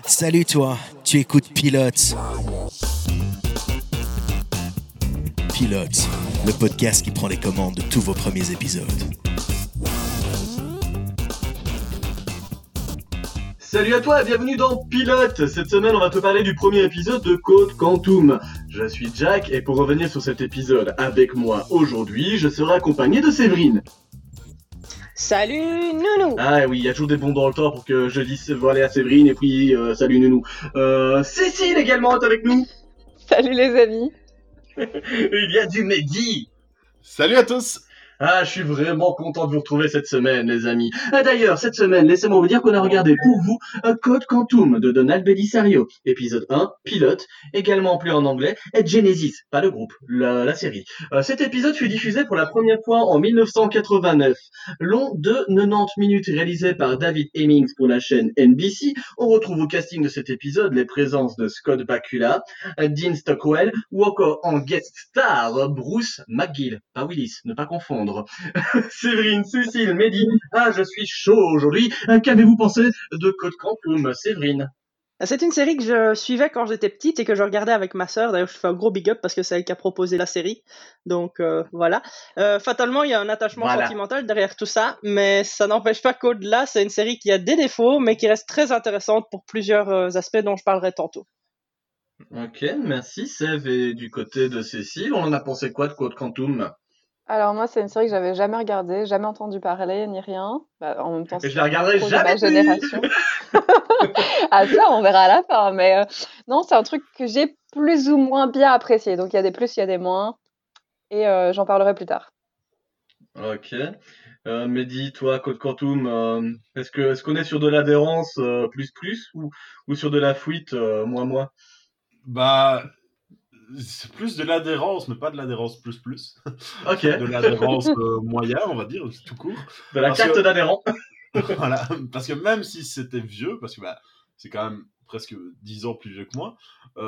Salut toi, tu écoutes Pilote. Pilote, le podcast qui prend les commandes de tous vos premiers épisodes. Salut à toi et bienvenue dans Pilote. Cette semaine, on va te parler du premier épisode de Code Quantum. Je suis Jack et pour revenir sur cet épisode avec moi aujourd'hui, je serai accompagné de Séverine. Salut Nounou. Ah oui, il y a toujours des bons dans le temps pour que je dise voilà à Séverine et puis salut Nounou. Cécile également est avec nous. Salut les amis. Il y a du Mehdi. Salut à tous. Ah, je suis vraiment content de vous retrouver cette semaine, les amis. D'ailleurs, cette semaine, laissez-moi vous dire qu'on a regardé pour vous Code Quantum de Donald Belisario, épisode 1, pilote, également appelé en anglais Genesis, pas le groupe, la série. Cet épisode fut diffusé pour la première fois en 1989. Long de 90 minutes, réalisé par David Hemmings pour la chaîne NBC. On retrouve au casting de cet épisode les présences de Scott Bakula, Dean Stockwell ou encore en guest star Bruce McGill, pas Willis, ne pas confondre. Séverine, Cécile, Mehdi, je suis chaud aujourd'hui. Qu'avez-vous pensé de Code Quantum, Séverine? C'est une série que je suivais quand j'étais petite et que je regardais avec ma sœur. D'ailleurs, je fais un gros big up parce que c'est elle qui a proposé la série. Donc voilà. Fatalement, il y a un attachement sentimental derrière tout ça, mais ça n'empêche pas qu'au-delà, c'est une série qui a des défauts, mais qui reste très intéressante pour plusieurs aspects dont je parlerai tantôt. Ok, merci Sév. Et du côté de Cécile, on en a pensé quoi de Code Quantum? Alors moi, c'est une série que j'avais jamais regardée, jamais entendu parler, ni rien. En même temps, Et je la regarderai trop de jamais ma génération. Ah ça, on verra à la fin. Mais non, c'est un truc que j'ai plus ou moins bien apprécié. Donc il y a des plus, il y a des moins. Et j'en parlerai plus tard. Ok. Mehdi, toi, Code Quantum, est-ce qu'on est sur de l'adhérence plus ou sur de la fuite moins? Bah, c'est plus de l'adhérence, mais pas de l'adhérence plus. Ok. De l'adhérence moyen, on va dire, tout court. De la carte d'adhérent. Voilà, parce que même si c'était vieux, parce que c'est quand même presque 10 ans plus vieux que moi,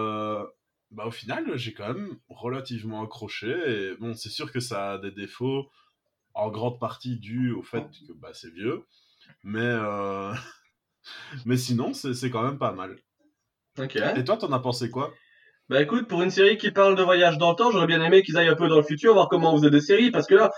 au final, j'ai quand même relativement accroché. Et bon, c'est sûr que ça a des défauts, en grande partie dus au fait que c'est vieux, mais sinon, c'est quand même pas mal. Ok. Et toi, t'en as pensé quoi? Bah écoute, pour une série qui parle de voyage dans le temps, j'aurais bien aimé qu'ils aillent un peu dans le futur, voir comment on faisait des séries, parce que là,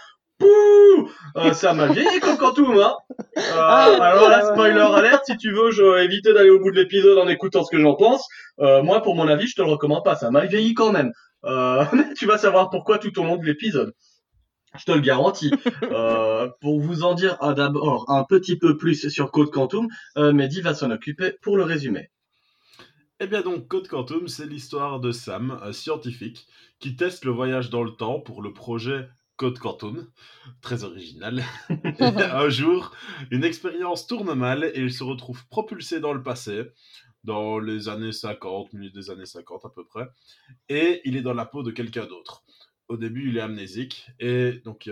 ça m'a vieilli comme Quantum, hein. Alors là, spoiler alert, si tu veux, je vais éviter d'aller au bout de l'épisode en écoutant ce que j'en pense. Moi, pour mon avis, je te le recommande pas, ça m'a vieilli quand même. Tu vas savoir pourquoi tout au long de l'épisode. Je te le garantis. Pour vous en dire d'abord un petit peu plus sur Code Quantum, Mehdi va s'en occuper pour le résumer. Eh bien donc, Code Quantum, c'est l'histoire de Sam, un scientifique, qui teste le voyage dans le temps pour le projet Code Quantum. Très original. Un jour, une expérience tourne mal et il se retrouve propulsé dans le passé, dans les années 50, milieu des années 50 à peu près, et il est dans la peau de quelqu'un d'autre. Au début, il est amnésique, et donc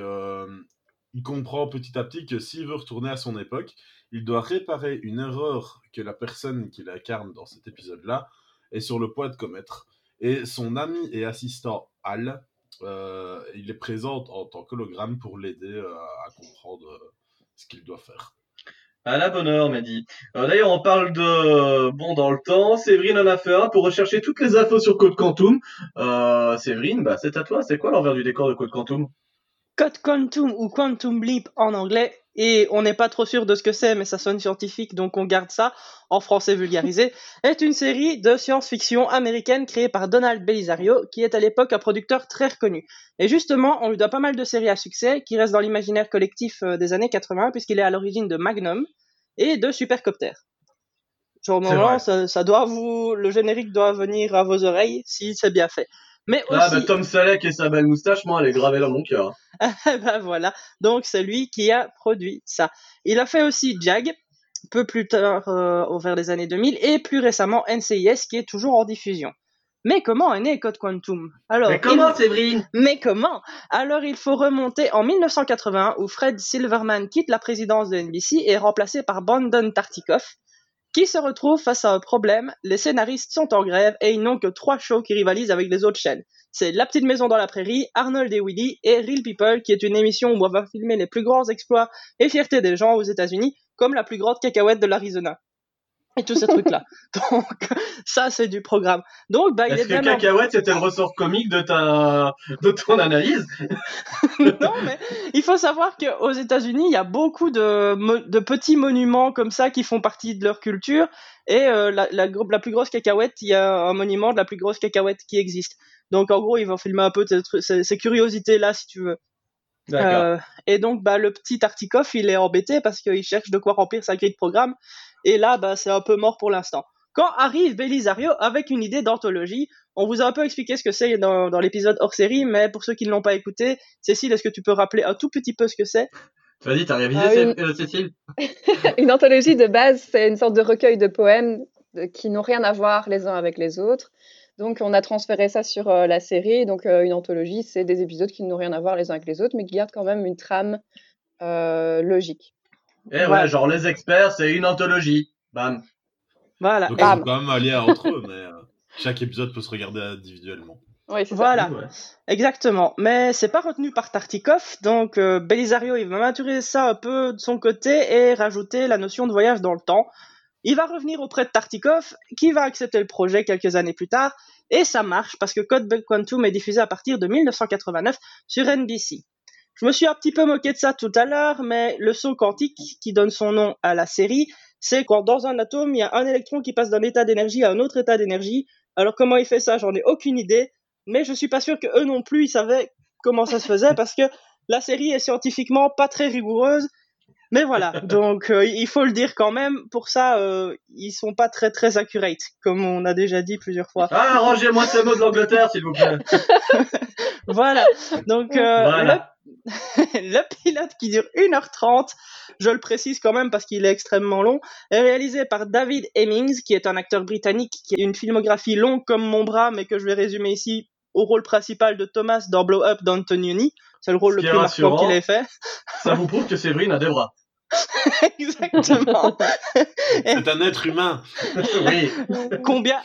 il comprend petit à petit que s'il veut retourner à son époque, il doit réparer une erreur que la personne qu'il incarne dans cet épisode-là est sur le point de commettre. Et son ami et assistant Hal, il est présent en tant qu'hologramme pour l'aider à comprendre ce qu'il doit faire. À la bonne heure, Mehdi. D'ailleurs, on parle de dans le temps. Séverine en a fait un pour rechercher toutes les infos sur Code Quantum. Séverine, c'est à toi. C'est quoi l'envers du décor de Code Quantum? Code Quantum ou Quantum Leap en anglais, et on n'est pas trop sûr de ce que c'est, mais ça sonne scientifique, donc on garde ça en français vulgarisé, est une série de science-fiction américaine créée par Donald Belisario, qui est à l'époque un producteur très reconnu. Et justement, on lui doit pas mal de séries à succès, qui restent dans l'imaginaire collectif des années 80, puisqu'il est à l'origine de Magnum et de Supercopter. Genre, normalement, ça doit le générique doit venir à vos oreilles, si c'est bien fait. Mais aussi... Tom Selleck et sa belle moustache, moi, elle est gravée dans mon cœur. Voilà, donc c'est lui qui a produit ça. Il a fait aussi Jag, peu plus tard, vers les années 2000, et plus récemment NCIS, qui est toujours en diffusion. Mais comment est né Code Quantum? Mais comment, Séverine? Mais comment? Alors il faut remonter en 1981, où Fred Silverman quitte la présidence de NBC et est remplacé par Brandon Tartikoff, qui se retrouve face à un problème. Les scénaristes sont en grève et ils n'ont que 3 shows qui rivalisent avec les autres chaînes. C'est La Petite Maison dans la Prairie, Arnold et Willy et Real People, qui est une émission où on va filmer les plus grands exploits et fiertés des gens aux États-Unis, comme la plus grande cacahuète de l'Arizona. et tous ces trucs-là. Donc, ça, c'est du programme. Donc, bah, il est Est-ce que vraiment... Cacahuète, c'était le ressort comique de ton analyse? Non, mais il faut savoir qu'aux États-Unis, il y a beaucoup de petits monuments comme ça qui font partie de leur culture. Et la plus grosse cacahuète, il y a un monument de la plus grosse cacahuète qui existe. Donc, en gros, ils vont filmer un peu ces curiosités-là, si tu veux. D'accord. Et donc, bah, le petit Tartikoff, il est embêté parce qu'il cherche de quoi remplir sa grille de programme. Et là, bah, c'est un peu mort pour l'instant. Quand arrive Belisario avec une idée d'anthologie, on vous a un peu expliqué ce que c'est dans l'épisode hors série, mais pour ceux qui ne l'ont pas écouté, Cécile, est-ce que tu peux rappeler un tout petit peu ce que c'est? Vas-y, t'as révisé, Cécile? Une anthologie de base, c'est une sorte de recueil de poèmes qui n'ont rien à voir les uns avec les autres. Donc, on a transféré ça sur la série. Donc, une anthologie, c'est des épisodes qui n'ont rien à voir les uns avec les autres, mais qui gardent quand même une trame logique. Eh Voilà. ouais, genre les experts, c'est une anthologie. Bam. Voilà. Donc ils sont quand même alliés entre eux, mais chaque épisode peut se regarder individuellement. Oui, c'est Voilà, Oui, ouais. exactement. Mais c'est pas retenu par Tartikoff, donc Belisario, il va maturer ça un peu de son côté et rajouter la notion de voyage dans le temps. Il va revenir auprès de Tartikoff, qui va accepter le projet quelques années plus tard, et ça marche parce que Code Quantum est diffusé à partir de 1989 sur NBC. Je me suis un petit peu moqué de ça tout à l'heure, mais le saut quantique qui donne son nom à la série, c'est quand dans un atome, il y a un électron qui passe d'un état d'énergie à un autre état d'énergie. Alors comment il fait ça, j'en ai aucune idée, mais je suis pas sûr que eux non plus ils savaient comment ça se faisait parce que la série est scientifiquement pas très rigoureuse. Mais voilà, donc il faut le dire quand même, pour ça, ils sont pas très très accurate, comme on a déjà dit plusieurs fois. Ah, rangez-moi ces mots de l'Angleterre, s'il vous plaît. Voilà, donc Voilà. le pilote qui dure 1h30, je le précise quand même parce qu'il est extrêmement long, est réalisé par David Hemmings, qui est un acteur britannique qui a une filmographie longue comme mon bras, mais que je vais résumer ici au rôle principal de Thomas dans Blow Up d'Antonioni. C'est le rôle le Ce qui est plus marquant rassurant. qu'il ait fait. Ça vous prouve que Séverine a des bras. Exactement. C'est un être humain. Oui. Combien?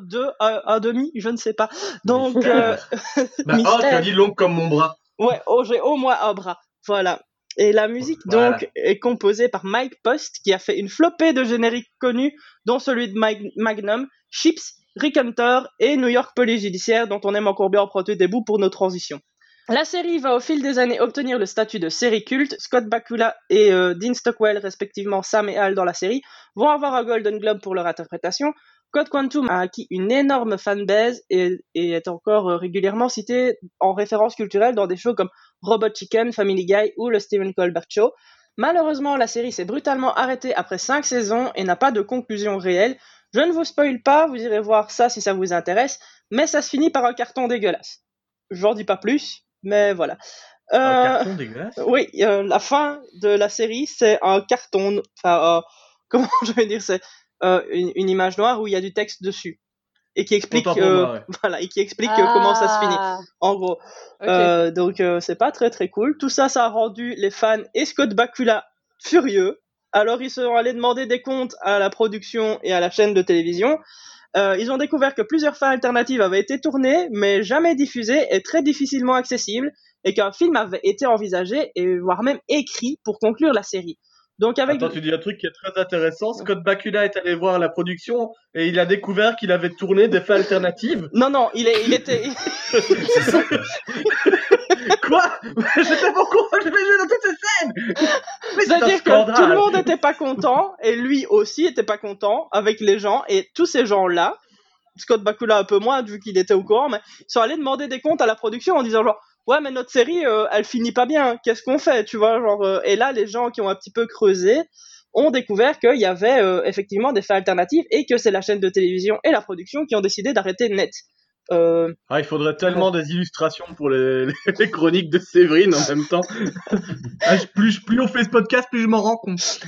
Un demi? Je ne sais pas. Donc, Bah, oh, tu as mystère. dit long comme mon bras. Ouais, oh, j'ai au moins un bras. Voilà. Et la musique, Voilà. donc, est composée par Mike Post, qui a fait une flopée de génériques connus, dont celui de Magnum, Chips, Rick Hunter et New York Police Judiciaire, dont on aime encore bien emprunter des bouts pour nos transitions. La série va au fil des années obtenir le statut de série culte. Scott Bakula et Dean Stockwell, respectivement Sam et Al dans la série, vont avoir un Golden Globe pour leur interprétation. Code Quantum a acquis une énorme fanbase et est encore régulièrement cité en référence culturelle dans des shows comme Robot Chicken, Family Guy ou le Stephen Colbert Show. Malheureusement, la série s'est brutalement arrêtée après 5 saisons et n'a pas de conclusion réelle. Je ne vous spoil pas, vous irez voir ça si ça vous intéresse, mais ça se finit par un carton dégueulasse. J'en dis pas plus, mais voilà. Un carton dégueulasse. Oui, la fin de la série, c'est un carton, enfin, comment je vais dire, c'est une image noire où il y a du texte dessus et qui explique, Autant pour moi, ouais. voilà, et qui explique comment ça se finit. En gros, Ok. donc c'est pas très très cool. Tout ça, ça a rendu les fans et Scott Bakula furieux. Alors ils sont allés demander des comptes à la production et à la chaîne de télévision. Ils ont découvert que plusieurs fins alternatives avaient été tournées, mais jamais diffusées et très difficilement accessibles, et qu'un film avait été envisagé et voire même écrit pour conclure la série. Donc avec Attends, tu dis un truc qui est très intéressant. Scott Bakula est allé voir la production et il a découvert qu'il avait tourné des fins alternatives. non, il était C'est ça. Quoi? J'étais pas au courant, j'avais joué dans toutes ces scènes. Mais c'est un C'est-à-dire que scandale. tout le monde n'était pas content, et lui aussi était pas content avec les gens, et tous ces gens-là, Scott Bakula un peu moins, vu qu'il était au courant, mais ils sont allés demander des comptes à la production en disant genre, ouais, mais notre série, elle finit pas bien, qu'est-ce qu'on fait, tu vois, genre, et là, les gens qui ont un petit peu creusé ont découvert qu'il y avait effectivement des fins alternatives, et que c'est la chaîne de télévision et la production qui ont décidé d'arrêter net. Ah, il faudrait tellement des illustrations pour les chroniques de Séverine en même temps. Ah, plus on fait ce podcast, plus je m'en rends compte.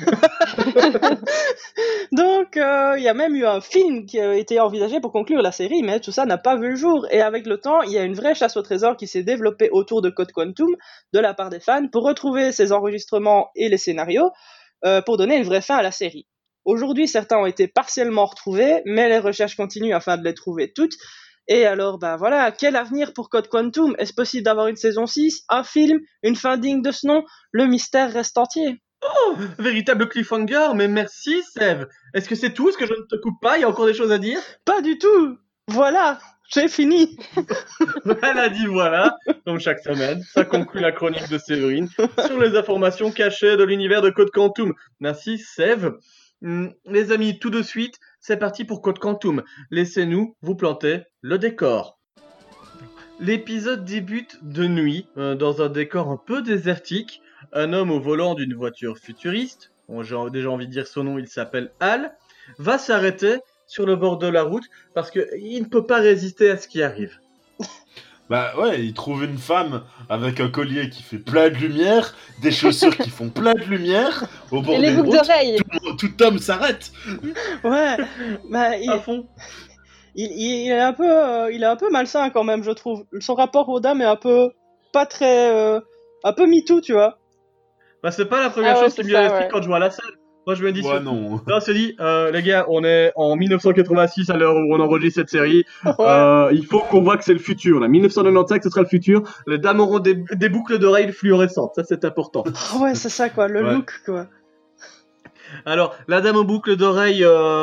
Donc, il y a même eu un film qui a été envisagé pour conclure la série, mais tout ça n'a pas vu le jour. Et avec le temps, il y a une vraie chasse au trésor qui s'est développée autour de Code Quantum de la part des fans pour retrouver ces enregistrements et les scénarios pour donner une vraie fin à la série. Aujourd'hui, certains ont été partiellement retrouvés, mais les recherches continuent afin de les trouver toutes. Et alors, ben voilà, quel avenir pour Code Quantum? Est-ce possible d'avoir une saison 6, un film, une fin digne de ce nom? Le mystère reste entier. Véritable cliffhanger, mais merci Sève. Est-ce que c'est tout? Est-ce que je ne te coupe pas? Il y a encore des choses à dire? Pas du tout. Voilà, j'ai fini. Elle a dit voilà, comme chaque semaine, ça conclut la chronique de Séverine sur les informations cachées de l'univers de Code Quantum. Merci Sève. Les amis, tout de suite, c'est parti pour Code Quantum. Laissez-nous vous planter le décor. L'épisode débute de nuit, dans un décor un peu désertique. Un homme au volant d'une voiture futuriste, j'ai déjà envie de dire son nom, il s'appelle Hal, va s'arrêter sur le bord de la route parce qu'il ne peut pas résister à ce qui arrive. Bah ouais, il trouve une femme avec un collier qui fait plein de lumière, des chaussures qui font plein de lumière, au bord Et les d'une boucles route, d'oreilles. tout homme s'arrête. Ouais, bah, À fond. il est un peu malsain quand même, je trouve. Son rapport aux dames est un peu pas très, un peu MeToo, tu vois. Bah, c'est pas la première Ah ouais, chose qui c'est me vient à ça, l'esprit ouais. quand je vois la scène. Moi, je me dis, Ouais, non. là, on se dit, les gars, on est en 1986 à l'heure où on enregistre cette série. Ouais. Il faut qu'on voit que c'est le futur. Là, 1995, ce sera le futur. Les dames auront des boucles d'oreilles fluorescentes. Ça, c'est important. Ouais, c'est ça quoi, le Ouais. look quoi. Alors, la dame aux boucles d'oreilles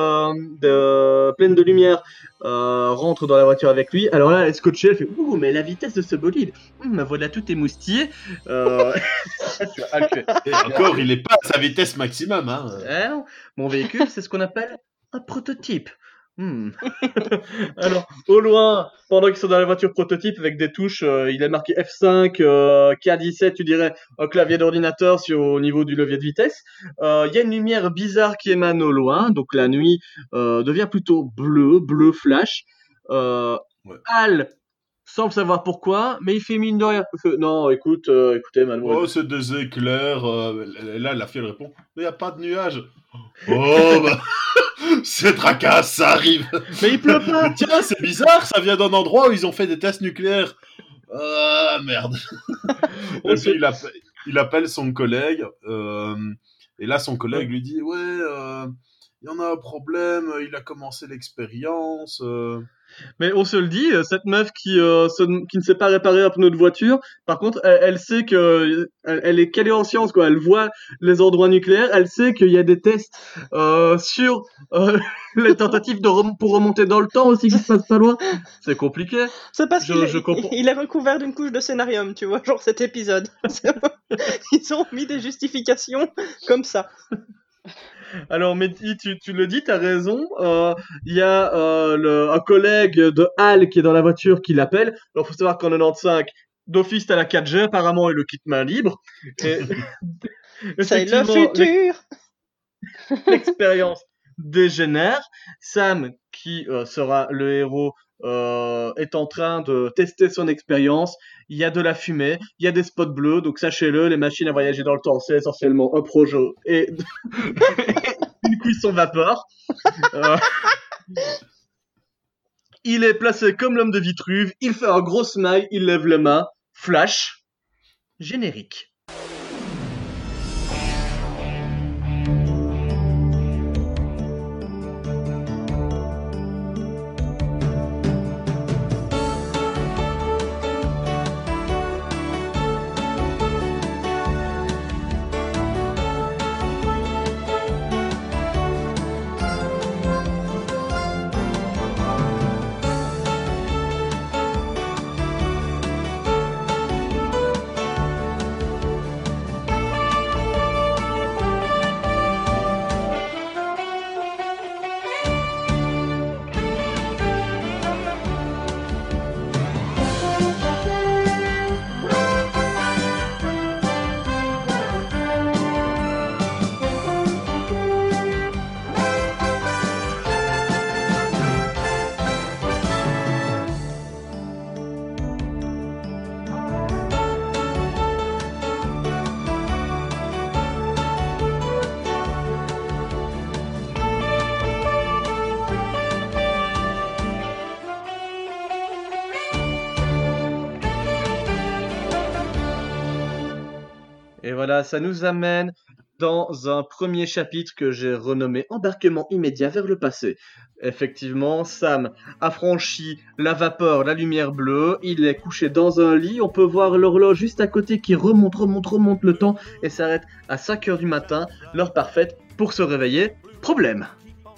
pleine de lumière rentre dans la voiture avec lui. Alors là, elle est scotchée, elle fait « Ouh, mais la vitesse de ce bolide ma voilà tout émoustillée. » Tu vois, elle fait Et encore, il est pas à sa vitesse maximum, hein. « Ah non, mon véhicule, c'est ce qu'on appelle un prototype. » Alors, au loin, pendant qu'ils sont dans la voiture prototype avec des touches, il est marqué F5, K17, tu dirais un clavier d'ordinateur au niveau du levier de vitesse. Il y a une lumière bizarre qui émane au loin, donc la nuit devient plutôt bleu flash. Ouais. Hal semble savoir pourquoi, mais il fait mine de rien. Non, écoutez, mademoiselle. Oh, c'est des éclairs. Là, la fille, elle répond, mais y a pas de nuages. Oh, bah, c'est tracasse, ça arrive. Mais il pleut pas. Tiens, c'est bizarre, ça vient d'un endroit où ils ont fait des tests nucléaires. Ah, merde. Et puis, il appelle son collègue, et là, son collègue lui dit, ouais, il y en a un problème, il a commencé l'expérience. Mais on se le dit, cette meuf qui ne sait pas réparer un pneu de voiture, par contre, elle sait que elle est calée en science, quoi. Elle voit les endroits nucléaires, elle sait qu'il y a des tests sur les tentatives pour remonter dans le temps aussi qui se passent pas loin. C'est compliqué. C'est parce Je comprends. il est recouvert d'une couche de scénarium, tu vois, genre cet épisode. Ils ont mis des justifications comme ça. Alors, Mehdi, tu le dis, t'as raison. Il y a un collègue de Hal qui est dans la voiture qui l'appelle. Alors, faut savoir qu'en 95, d'office, t'as la 4G, apparemment, et le kit main libre. Et C'est le effectivement, futur. l'expérience dégénère. Sam, qui sera le héros, est en train de tester son expérience. Il y a de la fumée, il y a des spots bleus, donc sachez-le, les machines à voyager dans le temps, c'est essentiellement un projet et une cuisson vapeur. Euh, Il est placé comme l'homme de Vitruve, il fait un gros smile, il lève les mains, flash, générique. Et voilà, ça nous amène dans un premier chapitre que j'ai renommé Embarquement immédiat vers le passé. Effectivement, Sam a franchi la vapeur, la lumière bleue, il est couché dans un lit, on peut voir l'horloge juste à côté qui remonte le temps et s'arrête à 5h du matin, l'heure parfaite pour se réveiller. Problème.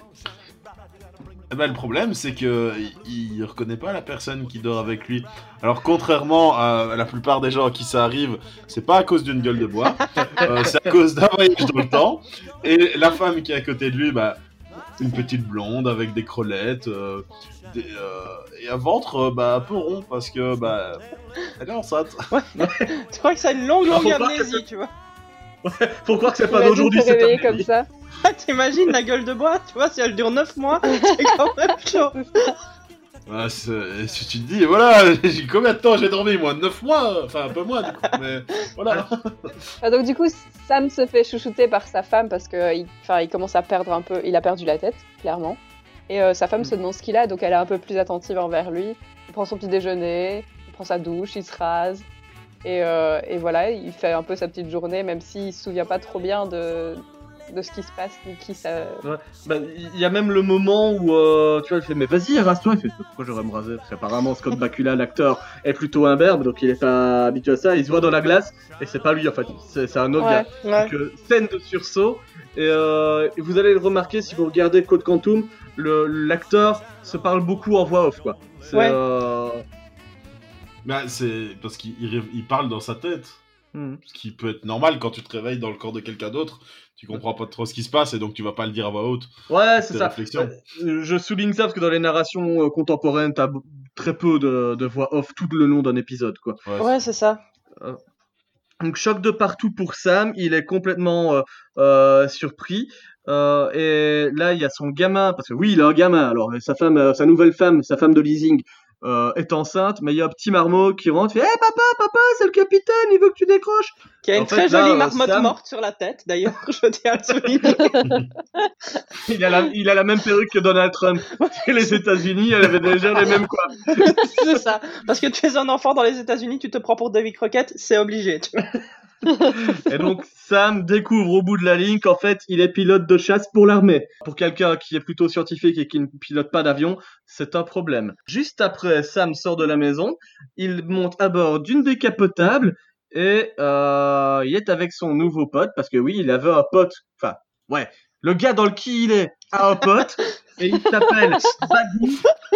Eh ben, le problème, c'est que il reconnaît pas la personne qui dort avec lui. Alors, contrairement à la plupart des gens à qui ça arrive, c'est pas à cause d'une gueule de bois, c'est à cause d'un voyage dans le temps. Et la femme qui est à côté de lui, bah, une petite blonde avec des crelettes et un ventre un peu rond parce que bah, elle est enceinte. Tu crois que ça a une longue Faut croire que amnésie, tu vois. Faut croire que c'est pas Imagine d'aujourd'hui, se c'est réveiller terminé. comme ça. T'imagines la gueule de bois, tu vois, si elle dure 9 mois, c'est quand même chaud. Bah, si tu te dis, voilà, combien de temps j'ai dormi moi 9 mois. Enfin, un peu moins du coup, mais voilà. Donc du coup, Sam se fait chouchouter par sa femme parce que il commence à perdre un peu, il a perdu la tête, clairement. Et sa femme se demande ce qu'il a, donc elle est un peu plus attentive envers lui. Il prend son petit déjeuner, il prend sa douche, il se rase. Et voilà, il fait un peu sa petite journée, même s'il se souvient pas trop bien de ce qui se passe, ni qui ça... Ouais. Bah, il y a même le moment où tu vois, il fait mais vas-y rase-toi, il fait pourquoi j'aurais me raser parce qu'apparemment Scott Bakula l'acteur est plutôt imberbe donc il est pas habitué à ça, il se voit dans la glace et c'est pas lui en fait, c'est un autre gars. Ouais. Donc scène de sursaut et vous allez le remarquer si vous regardez Code Quantum, l'acteur se parle beaucoup en voix off quoi. C'est, Ouais. Bah, c'est parce qu'il parle dans sa tête. Ce qui peut être normal quand tu te réveilles dans le corps de quelqu'un d'autre, tu comprends pas trop ce qui se passe et donc tu vas pas le dire à voix haute. Ouais, c'est ça. Réflexions. Je souligne ça parce que dans les narrations contemporaines, t'as très peu de voix off tout le long d'un épisode, quoi. Ouais, c'est ça. Donc choc de partout pour Sam, il est complètement surpris. Et là, il y a son gamin, parce que oui, il a un gamin. Alors sa femme, sa nouvelle femme, sa femme de leasing est enceinte, mais il y a un petit marmot qui rentre, fait "Hey papa, c'est le capitaine, il veut que tu décroches." Qui a En une fait, très là, jolie marmotte Sam- morte sur la tête, d'ailleurs, je tiens à le souligner. Il a la même perruque que Donald Trump. Et les États-Unis, elle avait déjà les mêmes quoi. C'est ça. Parce que tu es un enfant dans les États-Unis, tu te prends pour Davy Crockett, c'est obligé. Tu vois. Et donc Sam découvre au bout de la ligne qu'en fait il est pilote de chasse pour l'armée. Pour quelqu'un qui est plutôt scientifique et qui ne pilote pas d'avion, c'est un problème. Juste après, Sam sort de la maison, il monte à bord d'une décapotable et il est avec son nouveau pote parce que oui, il avait un pote. Enfin, ouais, le gars dans le qui il est a un pote et il s'appelle Bagou.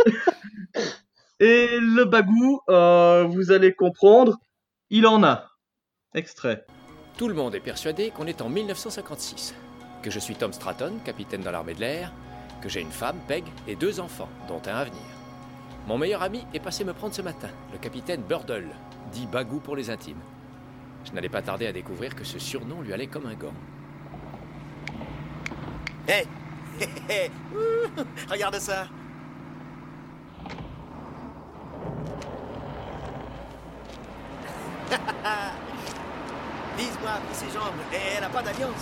Et le Bagou, vous allez comprendre, il en a. Extrait. Tout le monde est persuadé qu'on est en 1956, que je suis Tom Stratton, capitaine dans l'armée de l'air, que j'ai une femme, Peg, et 2 enfants, dont un à venir. Mon meilleur ami est passé me prendre ce matin, le capitaine Burdle, dit Bagou pour les intimes. Je n'allais pas tarder à découvrir que ce surnom lui allait comme un gant. Hé regarde ça. Lise-moi ses jambes, et elle a pas d'alliance.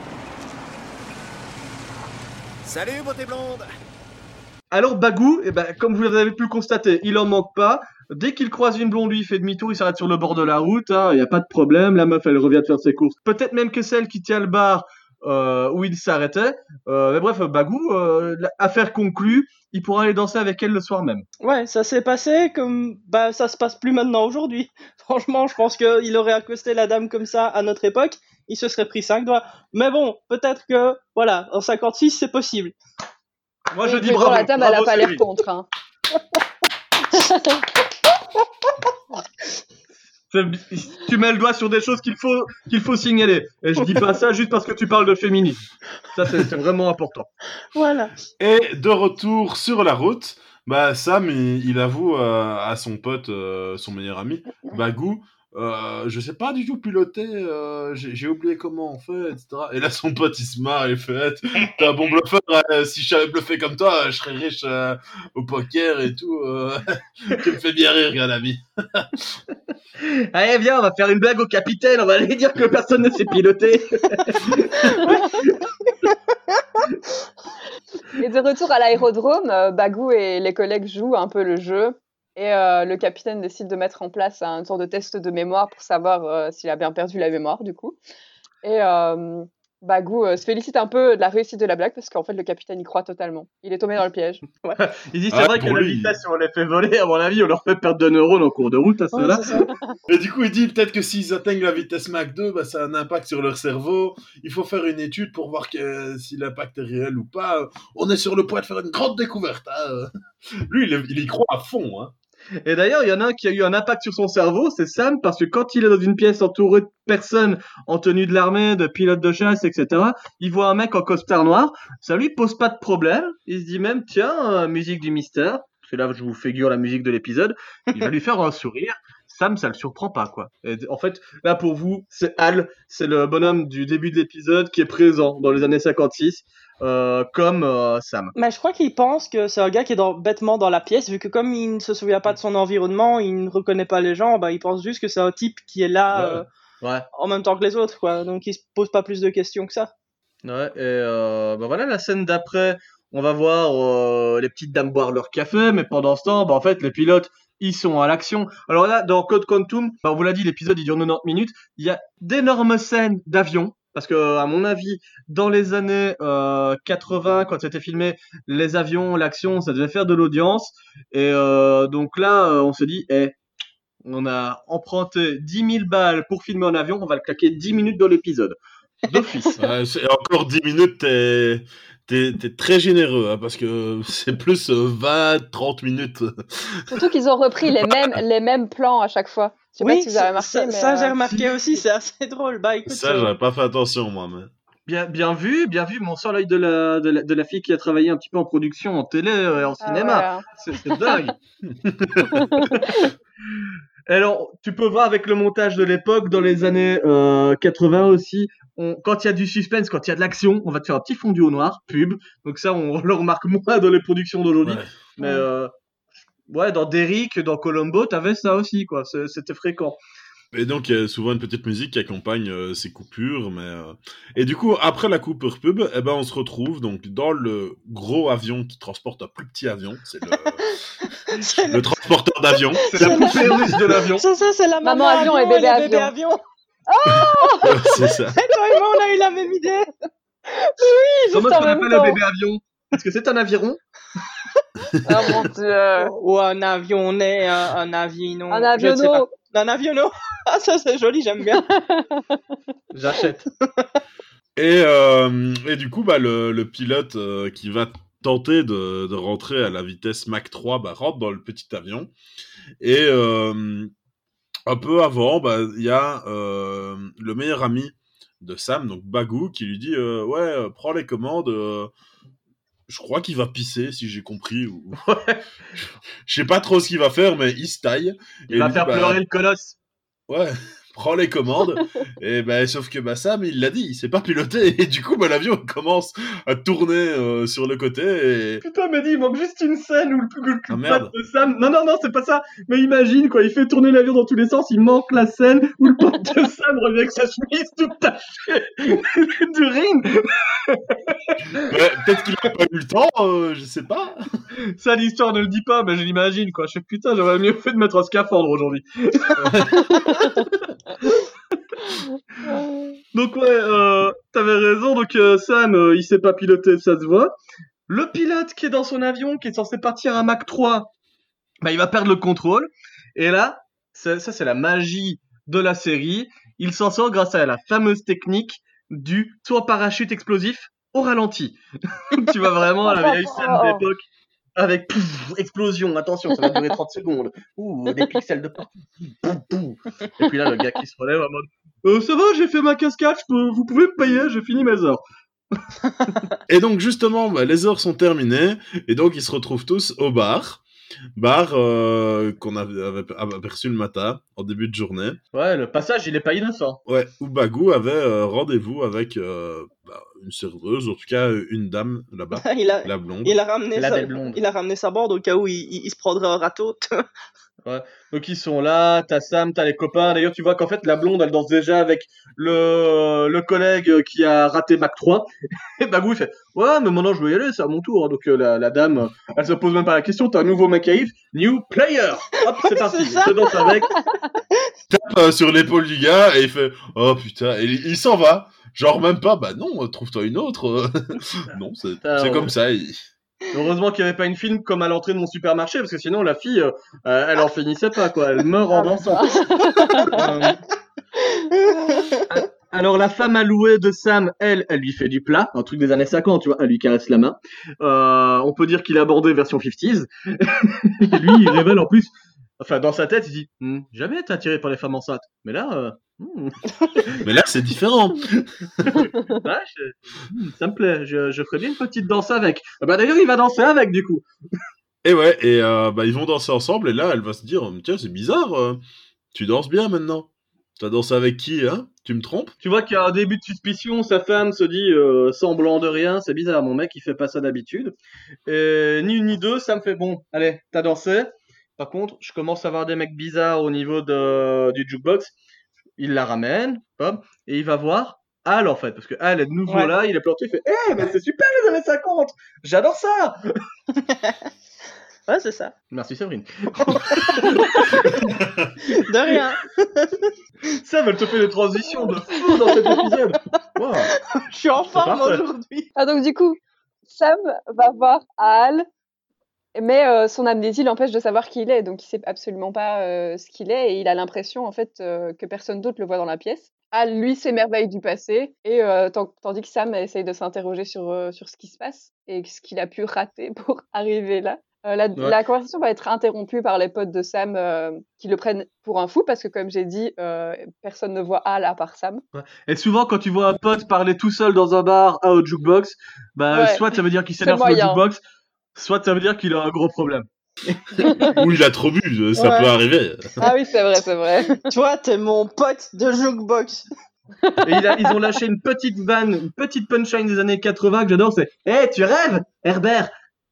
Salut, beauté blonde. Alors Bagou, comme vous avez pu le constater, il en manque pas. Dès qu'il croise une blonde, lui, il fait demi-tour, il s'arrête sur le bord de la route, il n'y a pas de problème, la meuf, elle revient de faire ses courses. Peut-être même que celle qui tient le bar où il s'arrêtait. Mais bref, Bagou, affaire conclue, il pourra aller danser avec elle le soir même. Ouais, ça s'est passé comme ça se passe plus maintenant aujourd'hui. Franchement, je pense qu'il aurait accosté la dame comme ça à notre époque, il se serait pris 5 doigts. Mais bon, peut-être que, voilà, en 56, c'est possible. Moi, je dis Mais bravo. bon, la dame, elle a bravo, pas l'air Céline. contre. Hein. Tu mets le doigt sur des choses qu'il faut signaler. Et je dis pas ça juste parce que tu parles de féminisme. Ça, c'est vraiment important. Voilà. Et de retour sur la route, Sam, il avoue à son pote, son meilleur ami, Bagou, je sais pas du tout piloter, j'ai oublié comment on fait, etc. Et là, son pote, il se marre, il fait « T'es un bon bluffeur, si je savais bluffer comme toi, je serais riche au poker et tout. Tu me fais bien rire, gars l'ami. » Allez, viens, on va faire une blague au capitaine, on va aller dire que personne ne sait piloter. Et de retour à l'aérodrome, Bagou et les collègues jouent un peu le jeu. Et le capitaine décide de mettre en place un sorte de test de mémoire pour savoir s'il a bien perdu la mémoire, du coup. Et Bagou se félicite un peu de la réussite de la blague parce qu'en fait, le capitaine y croit totalement. Il est tombé dans le piège. Il dit c'est vrai que pour la lui. vitesse, si on les fait voler, à mon avis, on leur fait perdre 2 neurones en cours de route à Ouais, ceux-là. c'est ça. Et du coup, il dit peut-être que s'ils atteignent la vitesse Mach 2, bah, ça a un impact sur leur cerveau. Il faut faire une étude pour voir si l'impact est réel ou pas. On est sur le point de faire une grande découverte. Hein. Lui, il y croit à fond. Hein. Et d'ailleurs, il y en a un qui a eu un impact sur son cerveau, c'est Sam, parce que quand il est dans une pièce entourée de personnes en tenue de l'armée, de pilotes de chasse, etc., il voit un mec en costard noir, ça lui pose pas de problème, il se dit même, tiens, musique du mystère, c'est là que je vous figure la musique de l'épisode, il va lui faire un sourire. Sam, ça le surprend pas, quoi. Et en fait, là, pour vous, c'est Hal, c'est le bonhomme du début de l'épisode qui est présent dans les années 56, comme Sam. Mais je crois qu'il pense que c'est un gars qui est bêtement dans la pièce, vu que comme il ne se souvient pas de son environnement, il ne reconnaît pas les gens, bah, il pense juste que c'est un type qui est là Ouais. en même temps que les autres, quoi. Donc il se pose pas plus de questions que ça. Ouais, et bah voilà, la scène d'après, on va voir les petites dames boire leur café, mais pendant ce temps, bah en fait, les pilotes, ils sont à l'action. Alors là, dans Code Quantum, bah on vous l'a dit, l'épisode il dure 90 minutes, il y a d'énormes scènes d'avions, parce que à mon avis, dans les années 80, quand c'était filmé, les avions, l'action, ça devait faire de l'audience, et donc là, on se dit, on a emprunté 10 000 balles pour filmer un avion, on va le claquer 10 minutes dans l'épisode. D'office. C'est encore 10 minutes, t'es très généreux, hein, parce que c'est plus 20-30 minutes. Surtout qu'ils ont repris les mêmes plans à chaque fois. Je sais pas si vous avez remarqué. Ça j'ai remarqué aussi, c'est assez drôle. Bah écoute. Ça, j'avais pas fait attention, moi. Mais... Bien vu, mais on sent l'œil de la fille qui a travaillé un petit peu en production, en télé et en cinéma. Ouais. C'est dingue. Alors, tu peux voir avec le montage de l'époque, dans les années 80 aussi, quand il y a du suspense, quand il y a de l'action, on va te faire un petit fondu au noir, pub. Donc ça, on le remarque moins dans les productions d'aujourd'hui. Ouais. Mais ouais, dans Derrick, dans Columbo, t'avais ça aussi, quoi. C'était fréquent. Et donc, il y a souvent une petite musique qui accompagne ces coupures. Et du coup, après la coupure pub, eh ben, on se retrouve donc dans le gros avion qui transporte un plus petit avion. C'est le transporteur d'avion. C'est la poupée russe de l'avion. Ça, c'est la maman avion et bébé avion. Oh c'est ça. Et toi et moi, on a eu la même idée. Oui, comment est-ce qu'on appelle le bébé avion? Est-ce que c'est un aviron? Oh mon Dieu. Ou un avionnet, un avionon. Un aviono. Un aviono. Ah, ça c'est joli, j'aime bien. J'achète. Et du coup, bah, le pilote qui va tenter de rentrer à la vitesse Mach 3, bah, rentre dans le petit avion. Et un peu avant, bah, il y a le meilleur ami de Sam, donc Bagou, qui lui dit ouais, prends les commandes. Je crois qu'il va pisser, si j'ai compris. Je sais pas trop ce qu'il va faire, mais il se taille. Il va faire pleurer le colosse. Ouais, prends les commandes. Et sauf que Sam, il l'a dit, il sait pas piloter. Et du coup, l'avion commence à tourner sur le côté. Et... Putain, mais il manque juste une scène où le pote de Sam... Non, c'est pas ça. Mais imagine, quoi, il fait tourner l'avion dans tous les sens. Il manque la scène où le pote de Sam revient avec sa chemise toute tachée d'urine. Peut-être qu'il a pas eu le temps, je sais pas. Ça, l'histoire ne le dit pas, mais je l'imagine, quoi. Je fais putain, j'aurais mieux fait de mettre un scaphandre aujourd'hui. Donc ouais, t'avais raison. Donc Sam, il sait pas piloter, ça se voit. Le pilote qui est dans son avion, qui est censé partir à Mach 3, il va perdre le contrôle. Et là, ça c'est la magie de la série. Il s'en sort grâce à la fameuse technique du saut en parachute explosif au ralenti. Tu vois vraiment la vieille scène d'époque. Avec explosion, attention, ça va durer 30 secondes. Des pixels de partout. Et puis là, le gars qui se relève en mode ça va, j'ai fait ma cascade, vous pouvez me payer, j'ai fini mes heures. Et donc, justement, les heures sont terminées, et donc ils se retrouvent tous au bar. Bar qu'on avait aperçu le matin, en début de journée. Ouais, le passage, il est pas innocent. Ouais, où Bagou avait rendez-vous avec une serveuse, en tout cas une dame là-bas, la blonde. Il a ramené sa bande au cas où il se prendrait un râteau. Ouais. Donc ils sont là, t'as Sam, t'as les copains. D'ailleurs, tu vois qu'en fait, la blonde, elle danse déjà avec le collègue qui a raté Mach 3. Et Bagou, il fait ouais, mais maintenant je veux y aller, c'est à mon tour. Hein. Donc la dame, elle se pose même pas la question. T'as un nouveau mec qui arrive, new player. Hop, c'est parti. Je danse avec. Tape sur l'épaule du gars et il fait oh putain, et il s'en va. Genre même pas, bah non, trouve-toi une autre. Non, c'est comme ça. Heureusement qu'il n'y avait pas une film comme à l'entrée de mon supermarché, parce que sinon la fille, elle en finissait pas, quoi. Elle meurt en dansant. Alors la femme allouée de Sam, elle lui fait du plat, un truc des années 50, tu vois, elle lui caresse la main. On peut dire qu'il a abordé version 50s. Et lui, il révèle en plus, enfin dans sa tête, il dit jamais été attiré par les femmes enceintes. Mais là, Mais là, c'est différent. ouais, ça me plaît, je ferais bien une petite danse avec. Bah d'ailleurs, il va danser avec du coup. Et ouais, et bah ils vont danser ensemble, et là, elle va se dire, tiens, c'est bizarre, tu danses bien maintenant. T'as dansé avec qui, hein? Tu me trompes? Tu vois qu'il y a un début de suspicion, sa femme se dit semblant de rien, c'est bizarre, mon mec il fait pas ça d'habitude. Et ni une ni deux, ça me fait bon, allez, t'as dansé. Par contre, je commence à voir des mecs bizarres au niveau du jukebox. Il la ramène, hop, et il va voir Al en fait, parce que Al est de nouveau là, il est planté, il fait mais c'est super les années 50, j'adore ça. Ouais, c'est ça. Merci Séverine. De rien. Sam, elle te fait des transitions de fou dans cet épisode. Wow. Je suis en forme parfait. aujourd'hui. Ah, donc du coup, Sam va voir Al, mais son amnésie l'empêche de savoir qui il est, donc il sait absolument pas ce qu'il est, et il a l'impression en fait que personne d'autre le voit dans la pièce. Al, lui, s'émerveille du passé, et tandis que Sam essaye de s'interroger sur ce qui se passe, et ce qu'il a pu rater pour arriver là. La conversation va être interrompue par les potes de Sam qui le prennent pour un fou, parce que comme j'ai dit, personne ne voit Al à part Sam. Et souvent, quand tu vois un pote parler tout seul dans un bar au jukebox, bah, soit ça veut dire qu'il s'énerve sur le jukebox, soit ça veut dire qu'il a un gros problème. Ou il a trop bu, ça peut arriver. Ah oui, c'est vrai. Toi, t'es mon pote de jukebox. Et ils ont lâché une petite vanne, une petite punchline des années 80 que j'adore, c'est « tu rêves, Herbert ?»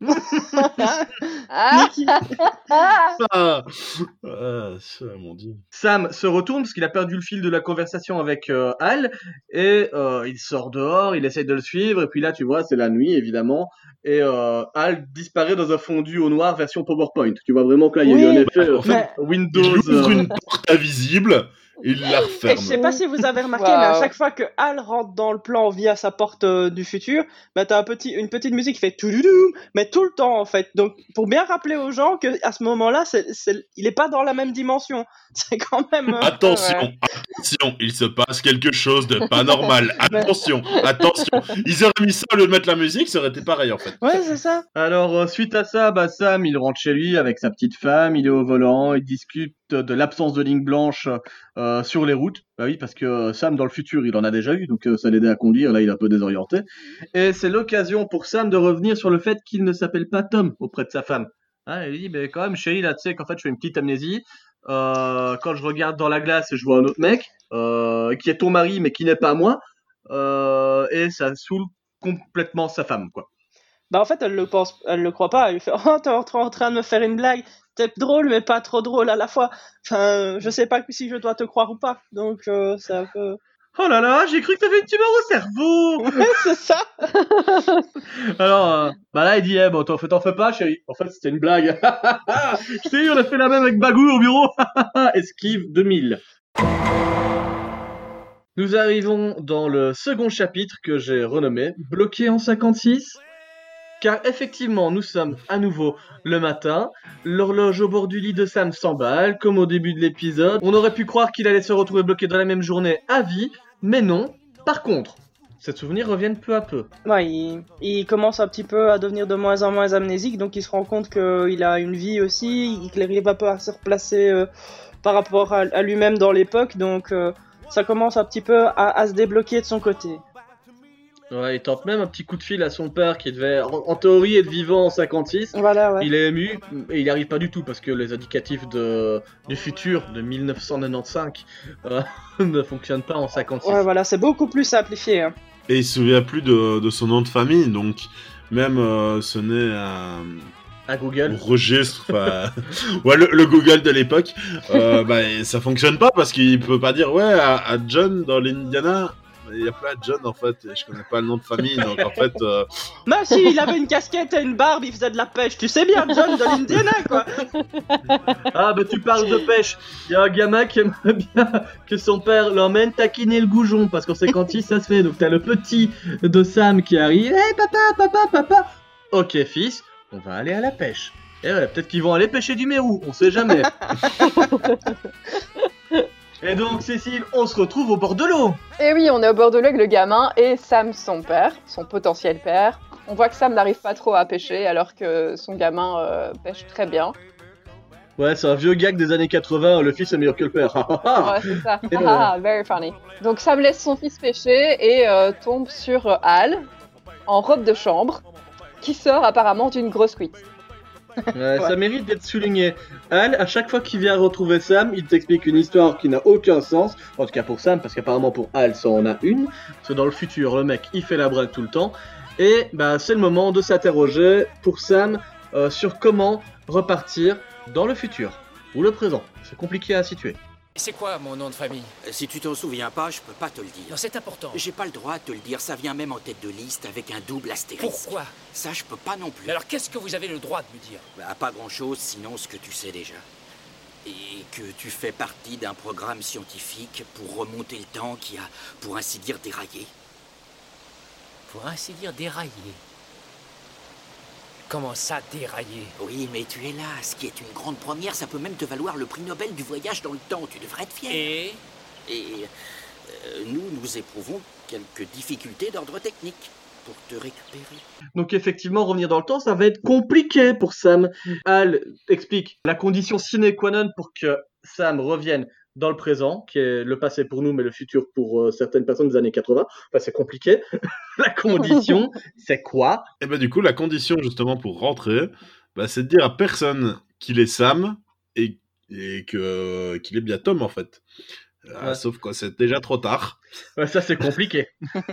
Mon Dieu. Sam se retourne parce qu'il a perdu le fil de la conversation avec Al, et il sort dehors, il essaye de le suivre, et puis là tu vois c'est la nuit évidemment, et Al disparaît dans un fondu au noir version PowerPoint. Tu vois vraiment que là il y a eu un effet Windows. Il ouvre une porte invisible, il la referme. Et je sais pas si vous avez remarqué, mais à chaque fois que Al rentre dans le plan via sa porte du futur, bah t'as une petite musique qui fait toulouloum, mais tout le temps en fait. Donc pour bien rappeler aux gens que à ce moment-là, il est pas dans la même dimension. C'est quand même. Attention, il se passe quelque chose de pas normal. Attention. Ils auraient mis ça au lieu de mettre la musique, ça aurait été pareil en fait. Ouais, c'est ça. Alors suite à ça, bah Sam il rentre chez lui avec sa petite femme, il est au volant, il discute de l'absence de ligne blanche sur les routes. Bah oui, parce que Sam dans le futur il en a déjà eu, donc ça l'aidait à conduire, là il est un peu désorienté. Et c'est l'occasion pour Sam de revenir sur le fait qu'il ne s'appelle pas Tom auprès de sa femme. Il dit, mais quand même chérie, là tu sais qu'en fait je fais une petite amnésie. Quand je regarde dans la glace, je vois un autre mec qui est ton mari mais qui n'est pas moi, et ça saoule complètement sa femme, quoi. Bah en fait elle le croit pas, elle lui fait oh t'es en train de me faire une blague, t'es drôle mais pas trop drôle à la fois, enfin je sais pas si je dois te croire ou pas, donc c'est un peu... Oh là là, j'ai cru que t'avais une tumeur au cerveau. Ouais, c'est ça. Alors bah là il dit bon t'en fais pas chérie, en fait c'était une blague. Je sais, on a fait la même avec Bagou au bureau. Esquive 2000. Nous arrivons dans le second chapitre que j'ai renommé Bloqué en 56. Car effectivement, nous sommes à nouveau le matin, l'horloge au bord du lit de Sam s'emballe, comme au début de l'épisode. On aurait pu croire qu'il allait se retrouver bloqué dans la même journée à vie, mais non. Par contre, ces souvenirs reviennent peu à peu. Ouais, il commence un petit peu à devenir de moins en moins amnésique, donc il se rend compte qu'il a une vie aussi, qu'il n'arrive pas à se replacer par rapport à lui-même dans l'époque, donc ça commence un petit peu à se débloquer de son côté. Ouais, il tente même un petit coup de fil à son père qui devait, en théorie, être vivant en 56. Voilà, ouais. Il est ému, et il n'y arrive pas du tout parce que les indicatifs du futur, de 1995, ne fonctionnent pas en 56. Ouais, voilà, c'est beaucoup plus simplifié. Hein. Et il se souvient plus de son nom de famille, donc même ce n'est à Google. Registre, ouais, le Google de l'époque, bah, ça fonctionne pas parce qu'il peut pas dire ouais à John dans l'Indiana. il y a plein de John en fait, et je connais pas le nom de famille, donc en fait... Mais si, il avait une casquette et une barbe, il faisait de la pêche. Tu sais bien, John de l'Indiana, quoi. Ah, bah tu parles de pêche. Il y a un gamin qui aimerait bien que son père l'emmène taquiner le goujon, parce qu'en séquentis, ça se fait. Donc t'as le petit de Sam qui arrive. Hey papa. Ok fils, on va aller à la pêche. Et ouais, peut-être qu'ils vont aller pêcher du mérou, on sait jamais. Et donc Cécile, on se retrouve au bord de l'eau. Et oui, on est au bord de l'eau avec le gamin et Sam, son père, son potentiel père. On voit que Sam n'arrive pas trop à pêcher alors que son gamin pêche très bien. Ouais, c'est un vieux gag des années 80, le fils est meilleur que le père. Ouais, c'est ça. Very funny. Donc Sam laisse son fils pêcher et tombe sur Al, en robe de chambre, qui sort apparemment d'une grosse cuite. Ouais, ça mérite d'être souligné. Al, à chaque fois qu'il vient retrouver Sam, il t'explique une histoire qui n'a aucun sens. En tout cas pour Sam, parce qu'apparemment pour Al, ça en a une. Parce que dans le futur, le mec, il fait la braque tout le temps. Et bah, c'est le moment de s'interroger pour Sam sur comment repartir dans le futur ou le présent. C'est compliqué à situer. C'est quoi mon nom de famille? Si tu t'en souviens pas, je peux pas te le dire. Non, c'est important. J'ai pas le droit de te le dire, ça vient même en tête de liste avec un double astérisque. Pourquoi? Ça, je peux pas non plus. Mais alors qu'est-ce que vous avez le droit de me dire? Bah, pas grand-chose, sinon ce que tu sais déjà. Et que tu fais partie d'un programme scientifique pour remonter le temps qui a, pour ainsi dire, déraillé. Pour ainsi dire dérailler. Comment ça, dérailler? Oui, mais tu es là, ce qui est une grande première, ça peut même te valoir le prix Nobel du voyage dans le temps, tu devrais être fier. Et nous éprouvons quelques difficultés d'ordre technique pour te récupérer. Donc effectivement, revenir dans le temps, ça va être compliqué pour Sam. Al explique la condition sine qua non pour que Sam revienne dans le présent, qui est le passé pour nous, mais le futur pour certaines personnes des années 80. Enfin, c'est compliqué. La condition, c'est quoi? Et bah du coup, la condition justement pour rentrer, bah, c'est de dire à personne qu'il est Sam et qu'il est bien Tom en fait. Ouais. Sauf que c'est déjà trop tard. Ouais, ça, c'est compliqué.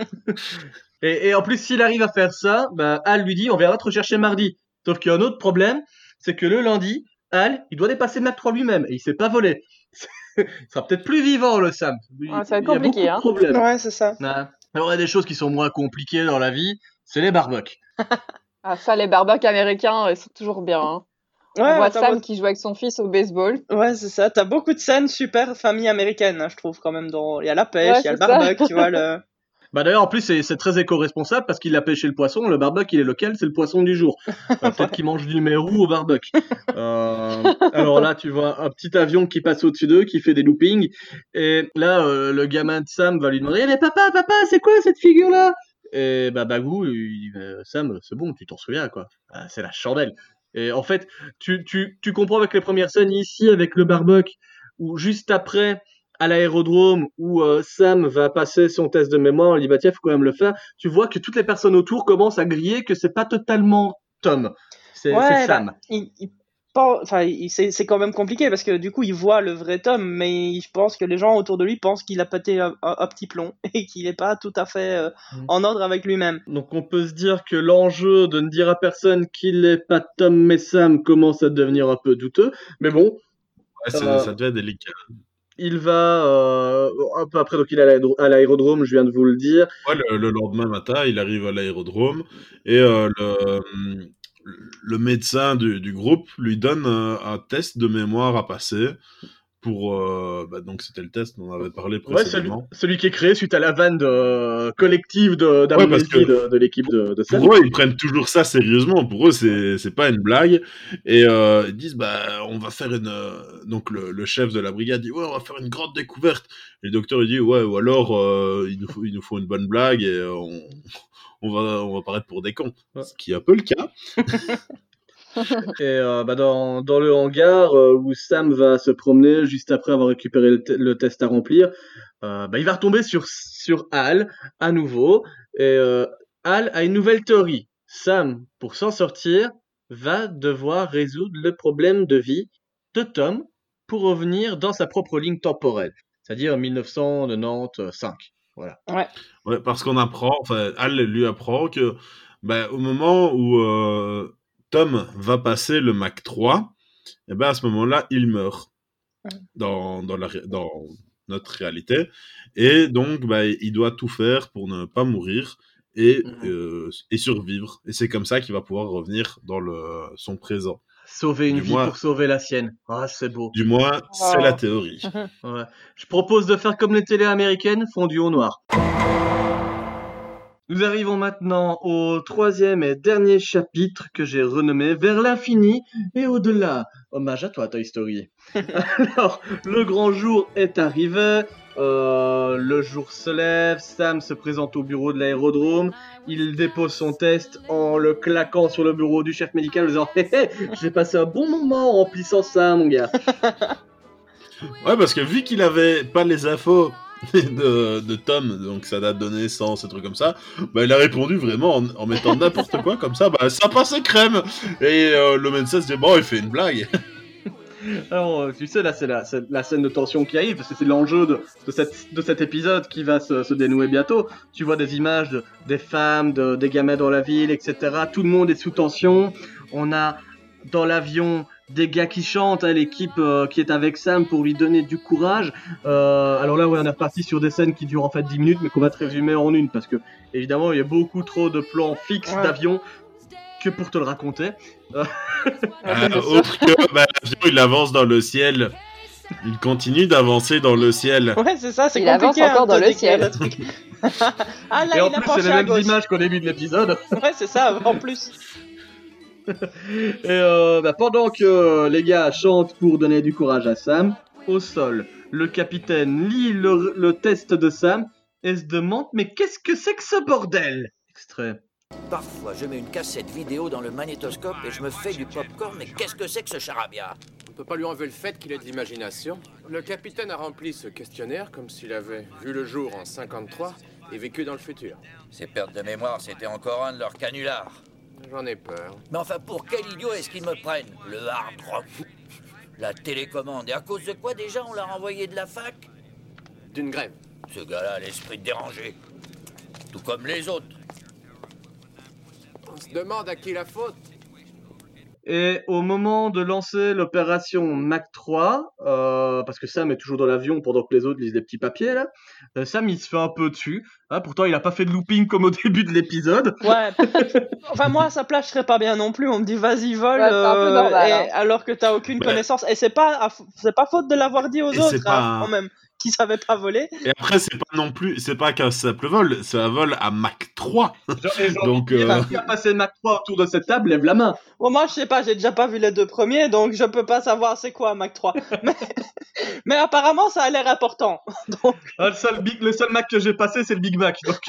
Et en plus, s'il arrive à faire ça, bah, Al lui dit, on viendra te rechercher mardi. Sauf qu'il y a un autre problème, c'est que le lundi, Al, il doit dépasser Mac 3 lui-même, et il s'est pas volé. Il sera peut-être plus vivant, le Sam. Ouais, ça va être compliqué, il y a beaucoup de problèmes. Ouais, c'est ça. Ouais. Alors, il y a des choses qui sont moins compliquées dans la vie, c'est les barbecues. Ah, ça, les barbecues américains, ils sont toujours bien. Hein. Ouais, On voit t'as Sam qui joue avec son fils au baseball. Ouais, c'est ça. T'as beaucoup de scènes super famille américaine, hein, je trouve, quand même. Il y a la pêche, Ouais, il y a le c'est ça. barbecue, tu vois. Bah d'ailleurs, en plus, c'est très éco-responsable parce qu'il a pêché le poisson. Le barbecue, il est local, c'est le poisson du jour. Peut-être qu'il mange du mérou au barbecue. Alors là, tu vois un petit avion qui passe au-dessus d'eux, qui fait des loopings. Et là, le gamin de Sam va lui demander « Mais papa, c'est quoi cette figure-là ?» Et bah Bagou, il dit « Sam, c'est bon, tu t'en souviens, quoi. Ah, c'est la chandelle. » Et en fait, tu comprends avec les premières scènes ici, avec le barbecue, où juste après... à l'aérodrome où Sam va passer son test de mémoire, on lui dit bah tiens, faut quand même le faire. Tu vois que toutes les personnes autour commencent à griller que c'est pas totalement Tom, c'est Sam. C'est quand même compliqué parce que du coup il voit le vrai Tom, mais je pense que les gens autour de lui pensent qu'il a pété un petit plomb et qu'il est pas tout à fait en ordre avec lui-même. Donc on peut se dire que l'enjeu de ne dire à personne qu'il est pas Tom mais Sam commence à devenir un peu douteux, mais bon. Ouais, ça devient délicat. Il va un peu après, donc il est à l'aérodrome, je viens de vous le dire. Ouais, le lendemain matin, il arrive à l'aérodrome et le médecin du groupe lui donne un test de mémoire à passer pour donc c'était le test dont on avait parlé précédemment. Ouais, celui qui est créé suite à la vanne collective d'amnésie de l'équipe de Sam. Pour eux, ils prennent toujours ça sérieusement. Pour eux, c'est pas une blague. Et ils disent on va faire donc le chef de la brigade dit on va faire une grande découverte. Et le docteur il dit ou alors il nous faut une bonne blague et on va paraître pour des cons. Ouais. Ce qui est un peu le cas. Et dans le hangar où Sam va se promener juste après avoir récupéré le test à remplir, il va retomber sur Al à nouveau. Et Al a une nouvelle théorie. Sam, pour s'en sortir, va devoir résoudre le problème de vie de Tom pour revenir dans sa propre ligne temporelle, c'est-à-dire 1995. Voilà. Ouais, parce qu'on apprend, Al lui apprend que au moment où Tom va passer le Mach 3, et à ce moment-là, il meurt dans notre réalité. Et donc, il doit tout faire pour ne pas mourir et survivre. Et c'est comme ça qu'il va pouvoir revenir dans son présent. Sauver une vie pour sauver la sienne. Ah, c'est beau. Du moins, c'est la théorie. Ouais. Je propose de faire comme les télés américaines, fondues au noir. Nous arrivons maintenant au 3e et dernier chapitre que j'ai renommé Vers l'infini et au-delà. Hommage à toi, Toy Story. Alors, le grand jour est arrivé. Le jour se lève, Sam se présente au bureau de l'aérodrome, il dépose son test en le claquant sur le bureau du chef médical en disant « Hé hé, j'ai passé un bon moment en remplissant ça, mon gars !» Ouais, parce que vu qu'il avait pas les infos de Tom, donc sa date de naissance, et trucs comme ça, il a répondu vraiment en mettant n'importe quoi comme ça, ça passait crème. Et le médecin se dit bon, il fait une blague. Alors, tu sais, là, c'est la scène de tension qui arrive, parce que c'est l'enjeu de cet épisode qui va se dénouer bientôt. Tu vois des images des femmes, des gamins dans la ville, etc. Tout le monde est sous tension. On a dans l'avion des gars qui chantent, l'équipe qui est avec Sam pour lui donner du courage. Alors là, on est reparti sur des scènes qui durent en fait 10 minutes, mais qu'on va te résumer en une, parce que évidemment, il y a beaucoup trop de plans fixes d'avion que pour te le raconter. Autre que l'avion, il avance dans le ciel. Il continue d'avancer dans le ciel. Ouais, c'est ça, c'est il compliqué. Il avance encore dans le ciel. Ah là, et en il a plus, penché c'est les à mêmes gauche. images qu'au début de l'épisode. Ouais, c'est ça, en plus. Et pendant que les gars chantent pour donner du courage à Sam, au sol, le capitaine lit le test de Sam et se demande « Mais qu'est-ce que c'est que ce bordel ?» Extrait. Parfois, je mets une cassette vidéo dans le magnétoscope et je me fais du popcorn, mais qu'est-ce que c'est que ce charabia? On peut pas lui enlever le fait qu'il ait de l'imagination. Le capitaine a rempli ce questionnaire comme s'il avait vu le jour en 53 et vécu dans le futur. Ces pertes de mémoire, c'était encore un de leurs canulars. J'en ai peur. Mais enfin, pour quel idiot est-ce qu'ils me prennent? Le hard rock, la télécommande. Et à cause de quoi déjà on l'a renvoyé de la fac? D'une grève. Ce gars-là a l'esprit dérangé. Tout comme les autres. On se demande à qui la faute. Et au moment de lancer l'opération Mach 3, parce que Sam est toujours dans l'avion pendant que les autres lisent des petits papiers là, Sam il se fait un peu dessus. Pourtant il a pas fait de looping comme au début de l'épisode. Ouais. Enfin moi à sa place je serais pas bien non plus. On me dit vas-y vole, c'est un peu normal, alors que t'as aucune connaissance. Et c'est pas faute de l'avoir dit aux autres quand même, qui savaient pas voler. Et après c'est pas qu'un simple vol, c'est un vol à Mach 3. Donc qui a passé Mach 3 autour de cette table, lève la main. Bon, moi je sais pas, j'ai déjà pas vu les 2 premiers, donc je peux pas savoir c'est quoi Mach 3. mais apparemment ça a l'air important. Donc... le seul Mac que j'ai passé c'est le Big Mac. Donc,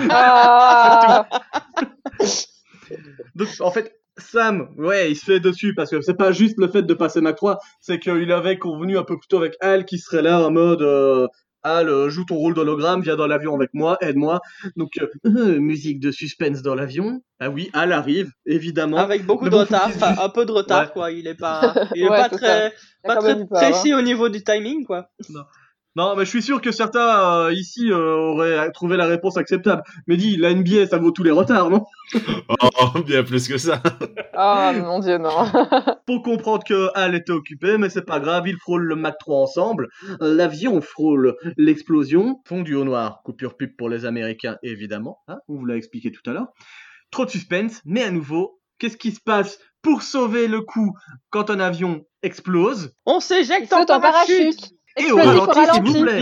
donc en fait Sam, il se fait dessus parce que c'est pas juste le fait de passer Mach 3, c'est qu'il avait convenu un peu plus tôt avec Al qui serait là en mode Al, joue ton rôle d'hologramme, viens dans l'avion avec moi, aide-moi. Donc musique de suspense dans l'avion. Ah oui, Al arrive, évidemment. Avec beaucoup de retard, un peu de retard quoi, il est pas très précis au niveau du timing quoi. Non, mais je suis sûr que certains ici auraient trouvé la réponse acceptable. Mais dis, la NBA, ça vaut tous les retards, non? Oh, bien plus que ça. Oh mon Dieu, non. Pour comprendre que Al était occupé, mais c'est pas grave, ils frôlent le Mach 3 ensemble. L'avion frôle l'explosion. Fondu au noir, coupure pub pour les Américains, évidemment. On vous l'a expliqué tout à l'heure. Trop de suspense, mais à nouveau, qu'est-ce qui se passe pour sauver le coup quand un avion explose? On s'éjecte en parachute. Et au ralenti, s'il vous plaît.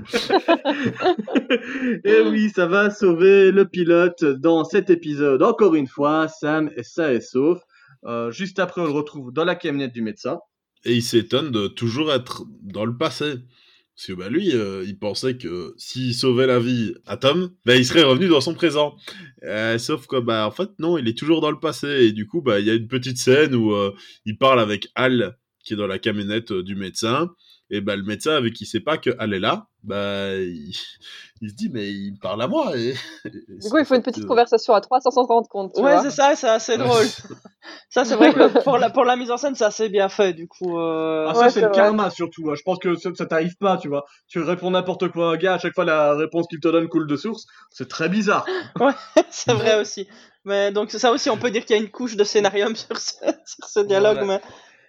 Et oui, ça va sauver le pilote dans cet épisode. Encore une fois, Sam est sain et sauf. Juste après, on le retrouve dans la camionnette du médecin. Et il s'étonne de toujours être dans le passé. Parce que lui, il pensait que s'il sauvait la vie à Tom, il serait revenu dans son présent. Sauf que, en fait, non, il est toujours dans le passé. Et du coup, il y a une petite scène où il parle avec Al, qui est dans la camionnette du médecin. Et le médecin, avec qui sait pas que Al est là, il se dit, mais il me parle à moi. Et du coup, il faut une petite conversation à 3 sans s'en rendre compte. Tu vois, c'est ça, c'est assez drôle. Ça, c'est vrai que pour la mise en scène, c'est assez bien fait, du coup. Ça, c'est le karma, surtout. Je pense que ça t'arrive pas, tu vois. Tu réponds n'importe quoi à un gars, à chaque fois, la réponse qu'il te donne coule de source. C'est très bizarre. Ouais, c'est vrai aussi. Mais donc, ça aussi, on peut dire qu'il y a une couche de scénarium sur ce dialogue, mais...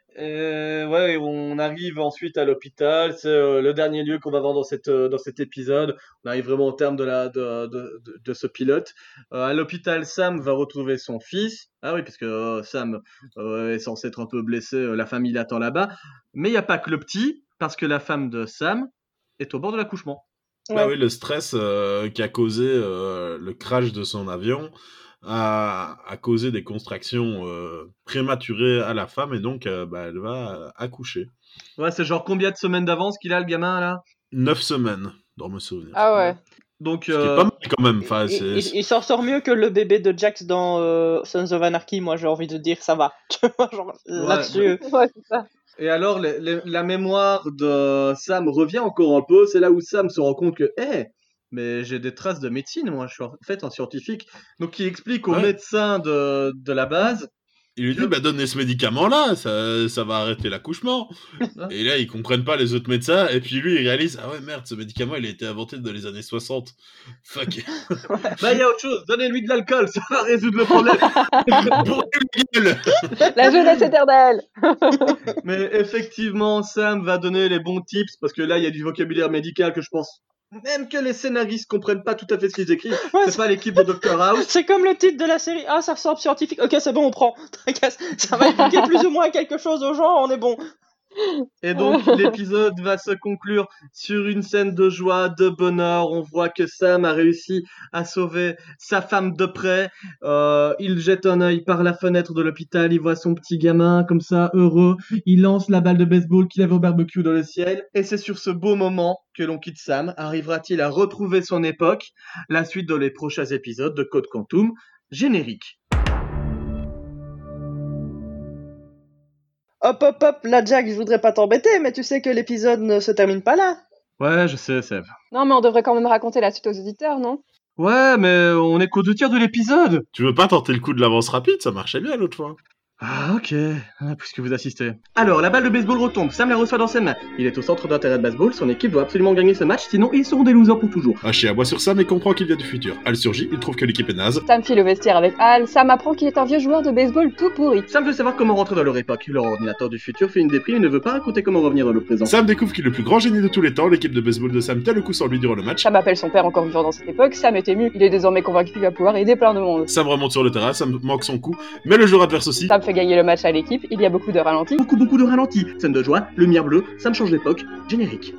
Ouais, on arrive ensuite à l'hôpital. C'est le dernier lieu qu'on va voir dans cet épisode. On arrive vraiment au terme de ce pilote. À l'hôpital, Sam va retrouver son fils. Ah oui, parce que Sam est censé être un peu blessé. La famille l'attend là-bas. Mais il n'y a pas que le petit, parce que la femme de Sam est au bord de l'accouchement. Bah oui, le stress qui a causé le crash de son avion a causé des contractions prématurées à la femme et donc elle va accoucher. Ouais, c'est genre combien de semaines d'avance qu'il a, le gamin, là? 9 semaines, dans mes souvenirs. Ah ouais. Donc, Ce qui est pas mal quand même. Enfin, il s'en sort mieux que le bébé de Jax dans Sons of Anarchy, moi j'ai envie de dire, ça va. Genre, là-dessus. Ouais, c'est ça. Et alors, la mémoire de Sam revient encore un peu. C'est là où Sam se rend compte que, mais j'ai des traces de médecine, moi, je suis en fait un scientifique. Donc, il explique au médecin de la base. Il lui dit, donnez ce médicament-là, ça va arrêter l'accouchement. Et là, ils comprennent pas les autres médecins. Et puis lui, il réalise, ah ouais, merde, ce médicament, il a été inventé dans les années 60. Fuck. Bah, il y a autre chose, donnez-lui de l'alcool, ça va résoudre le problème. La jeunesse éternelle. Mais effectivement, Sam va donner les bons tips, parce que là, il y a du vocabulaire médical que je pense même que les scénaristes comprennent pas tout à fait ce qu'ils écrivent. C'est pas l'équipe de Dr House. C'est comme le titre de la série. Ah, ça ressemble scientifique. Ok, c'est bon, on prend. T'inquiète, ça va expliquer plus ou moins quelque chose aux gens, on est bon. Et donc, l'épisode va se conclure sur une scène de joie, de bonheur. On voit que Sam a réussi à sauver sa femme de près. Il jette un œil par la fenêtre de l'hôpital. Il voit son petit gamin comme ça, heureux. Il lance la balle de baseball qu'il avait au barbecue dans le ciel. Et c'est sur ce beau moment que l'on quitte Sam. Arrivera-t-il à retrouver son époque? La suite dans les prochains épisodes de Code Quantum. Générique. Hop, là, Jack, je voudrais pas t'embêter, mais tu sais que l'épisode ne se termine pas là. Ouais, je sais, Sèvres. Non, mais on devrait quand même raconter la suite aux auditeurs, non? Ouais, mais on est qu'aux 2 tiers de l'épisode. Tu veux pas tenter le coup de l'avance rapide? Ça marchait bien l'autre fois. Ah, ok, puisque vous assistez. Alors, la balle de baseball retombe, Sam la reçoit dans ses mains. Il est au centre d'un terrain de baseball, son équipe doit absolument gagner ce match, sinon ils seront des losers pour toujours. Haché aboie sur Sam et comprend qu'il vient du futur. Al surgit, il trouve que l'équipe est naze. Sam file au vestiaire avec Al, Sam apprend qu'il est un vieux joueur de baseball tout pourri. Sam veut savoir comment rentrer dans leur époque. Leur ordinateur du futur fait une déprime et ne veut pas raconter comment revenir dans le présent. Sam découvre qu'il est le plus grand génie de tous les temps, l'équipe de baseball de Sam tient le coup sur lui durant le match. Sam appelle son père encore vivant dans cette époque, Sam est ému, il est désormais convaincu qu'il va pouvoir aider plein de monde. Sam remonte sur le terrain, Sam manque son coup, mais le joueur adverse aussi. Sam fait gagner le match à l'équipe. Il y a beaucoup de ralentis. Beaucoup de ralentis. Scène de joie, lumière bleue, Sam change d'époque, générique.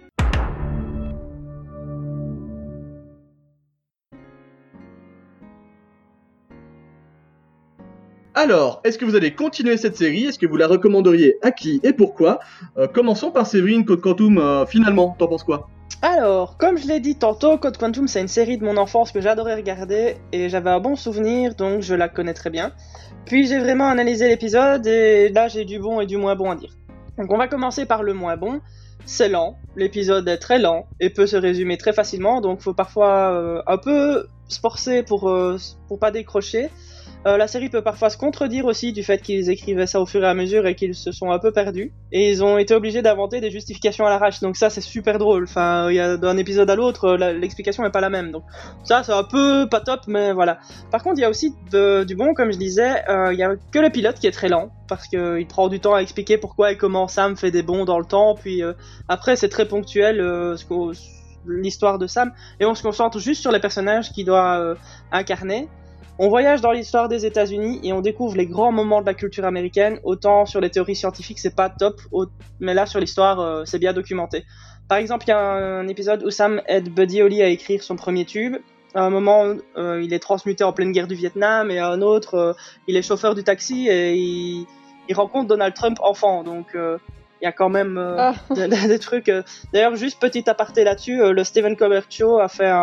Alors, est-ce que vous allez continuer cette série? Est-ce que vous la recommanderiez à qui et pourquoi? Commençons par Séverine, Code Quantum, finalement, t'en penses quoi? Alors, comme je l'ai dit tantôt, Code Quantum c'est une série de mon enfance que j'adorais regarder et j'avais un bon souvenir, donc je la connais très bien. Puis j'ai vraiment analysé l'épisode et là j'ai du bon et du moins bon à dire. Donc on va commencer par le moins bon. C'est lent, l'épisode est très lent et peut se résumer très facilement, donc faut parfois un peu se forcer pour pas décrocher. La série peut parfois se contredire aussi du fait qu'ils écrivaient ça au fur et à mesure et qu'ils se sont un peu perdus. Et ils ont été obligés d'inventer des justifications à l'arrache, donc ça c'est super drôle. Enfin, il y a d'un épisode à l'autre, l'explication est pas la même. Donc ça c'est un peu pas top, mais voilà. Par contre, il y a aussi du bon, comme je disais, il y a que le pilote qui est très lent, parce qu'il prend du temps à expliquer pourquoi et comment Sam fait des bonds dans le temps, puis après c'est très ponctuel, l'histoire de Sam, et on se concentre juste sur les personnages qu'il doit incarner. On voyage dans l'histoire des États-Unis et on découvre les grands moments de la culture américaine. Autant sur les théories scientifiques, c'est pas top, mais là sur l'histoire, c'est bien documenté. Par exemple, il y a un épisode où Sam aide Buddy Holly à écrire son premier tube. À un moment, il est transmuté en pleine guerre du Vietnam, et à un autre, il est chauffeur du taxi et il rencontre Donald Trump enfant. Donc, il y a quand même des trucs. D'ailleurs, juste petit aparté là-dessus, le Stephen Colbert Show a fait